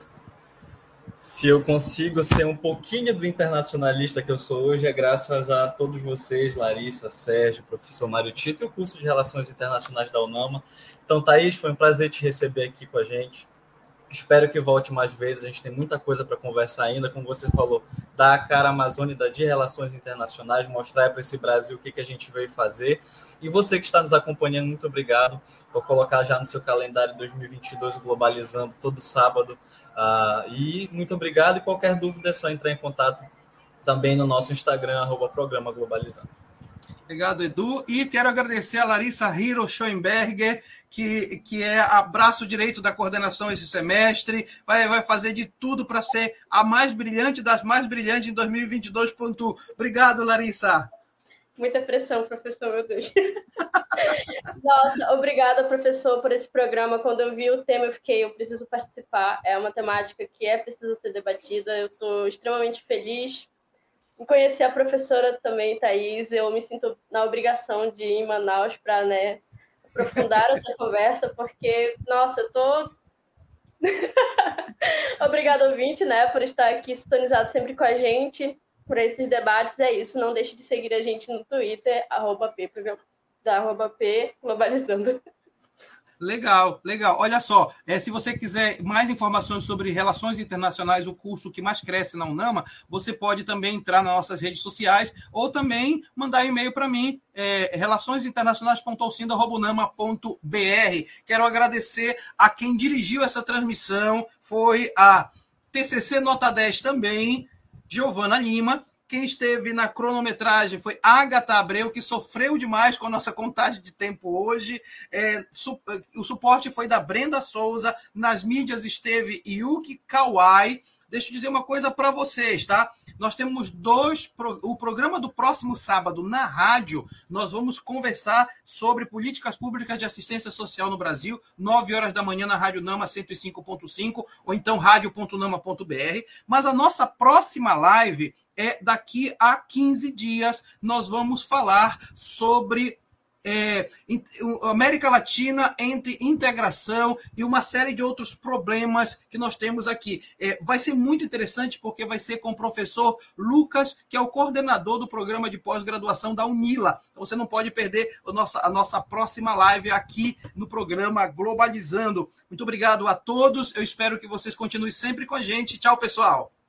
Se eu consigo ser um pouquinho do internacionalista que eu sou hoje, é graças a todos vocês, Larissa, Sérgio, professor Mário Tito e o curso de Relações Internacionais da UNAMA. Então, Thaís, foi um prazer te receber aqui com a gente. Espero que volte mais vezes, a gente tem muita coisa para conversar ainda, como você falou, da cara amazônica de Relações Internacionais, mostrar para esse Brasil o que, que a gente veio fazer. E você que está nos acompanhando, muito obrigado por colocar já no seu calendário dois mil e vinte e dois o Globalizando, todo sábado. Uh, e muito obrigado, e qualquer dúvida é só entrar em contato também no nosso Instagram, arroba Programa Globalizando. Obrigado, Edu. E quero agradecer a Larissa Hiro Schoenberger, que, que é a braço direito da coordenação esse semestre, vai, vai fazer de tudo para ser a mais brilhante das mais brilhantes em dois mil e vinte e dois ponto um. Obrigado, Larissa. Muita pressão, professor, meu Deus. Nossa, obrigada, professor, por esse programa. Quando eu vi o tema, eu fiquei, eu preciso participar. É uma temática que é preciso ser debatida. Eu estou extremamente feliz em conhecer a professora também, Thaís. Eu me sinto na obrigação de ir em Manaus para, né, aprofundar essa conversa, porque, nossa, eu tô... Obrigada, ouvinte, né, por estar aqui sintonizado sempre com a gente, por esses debates. É isso, não deixe de seguir a gente no Twitter, arroba P, arroba P Globalizando. Legal, legal. Olha só, é, se você quiser mais informações sobre relações internacionais, o curso que mais cresce na UNAMA, você pode também entrar nas nossas redes sociais ou também mandar e-mail para mim, é, relações internacionais ponto alcindo arroba unama ponto b r. Quero agradecer a quem dirigiu essa transmissão, foi a T C C Nota dez também, Giovana Lima. Quem esteve na cronometragem foi Agatha Abreu, que sofreu demais com a nossa contagem de tempo hoje. É, su- o suporte foi da Brenda Souza. Nas mídias esteve Yuki Kawai. Deixa eu dizer uma coisa para vocês, tá? Nós temos dois... Pro... O programa do próximo sábado, na rádio, nós vamos conversar sobre políticas públicas de assistência social no Brasil, nove horas da manhã na Rádio Nama cento e cinco ponto cinco, ou então rádio ponto nama ponto b r. Mas a nossa próxima live é daqui a quinze dias. Nós vamos falar sobre é, América Latina entre integração e uma série de outros problemas que nós temos aqui. É, vai ser muito interessante porque vai ser com o professor Lucas, que é o coordenador do programa de pós-graduação da UNILA. Então você não pode perder a nossa, a nossa próxima live aqui no programa Globalizando. Muito obrigado a todos. Eu espero que vocês continuem sempre com a gente. Tchau, pessoal.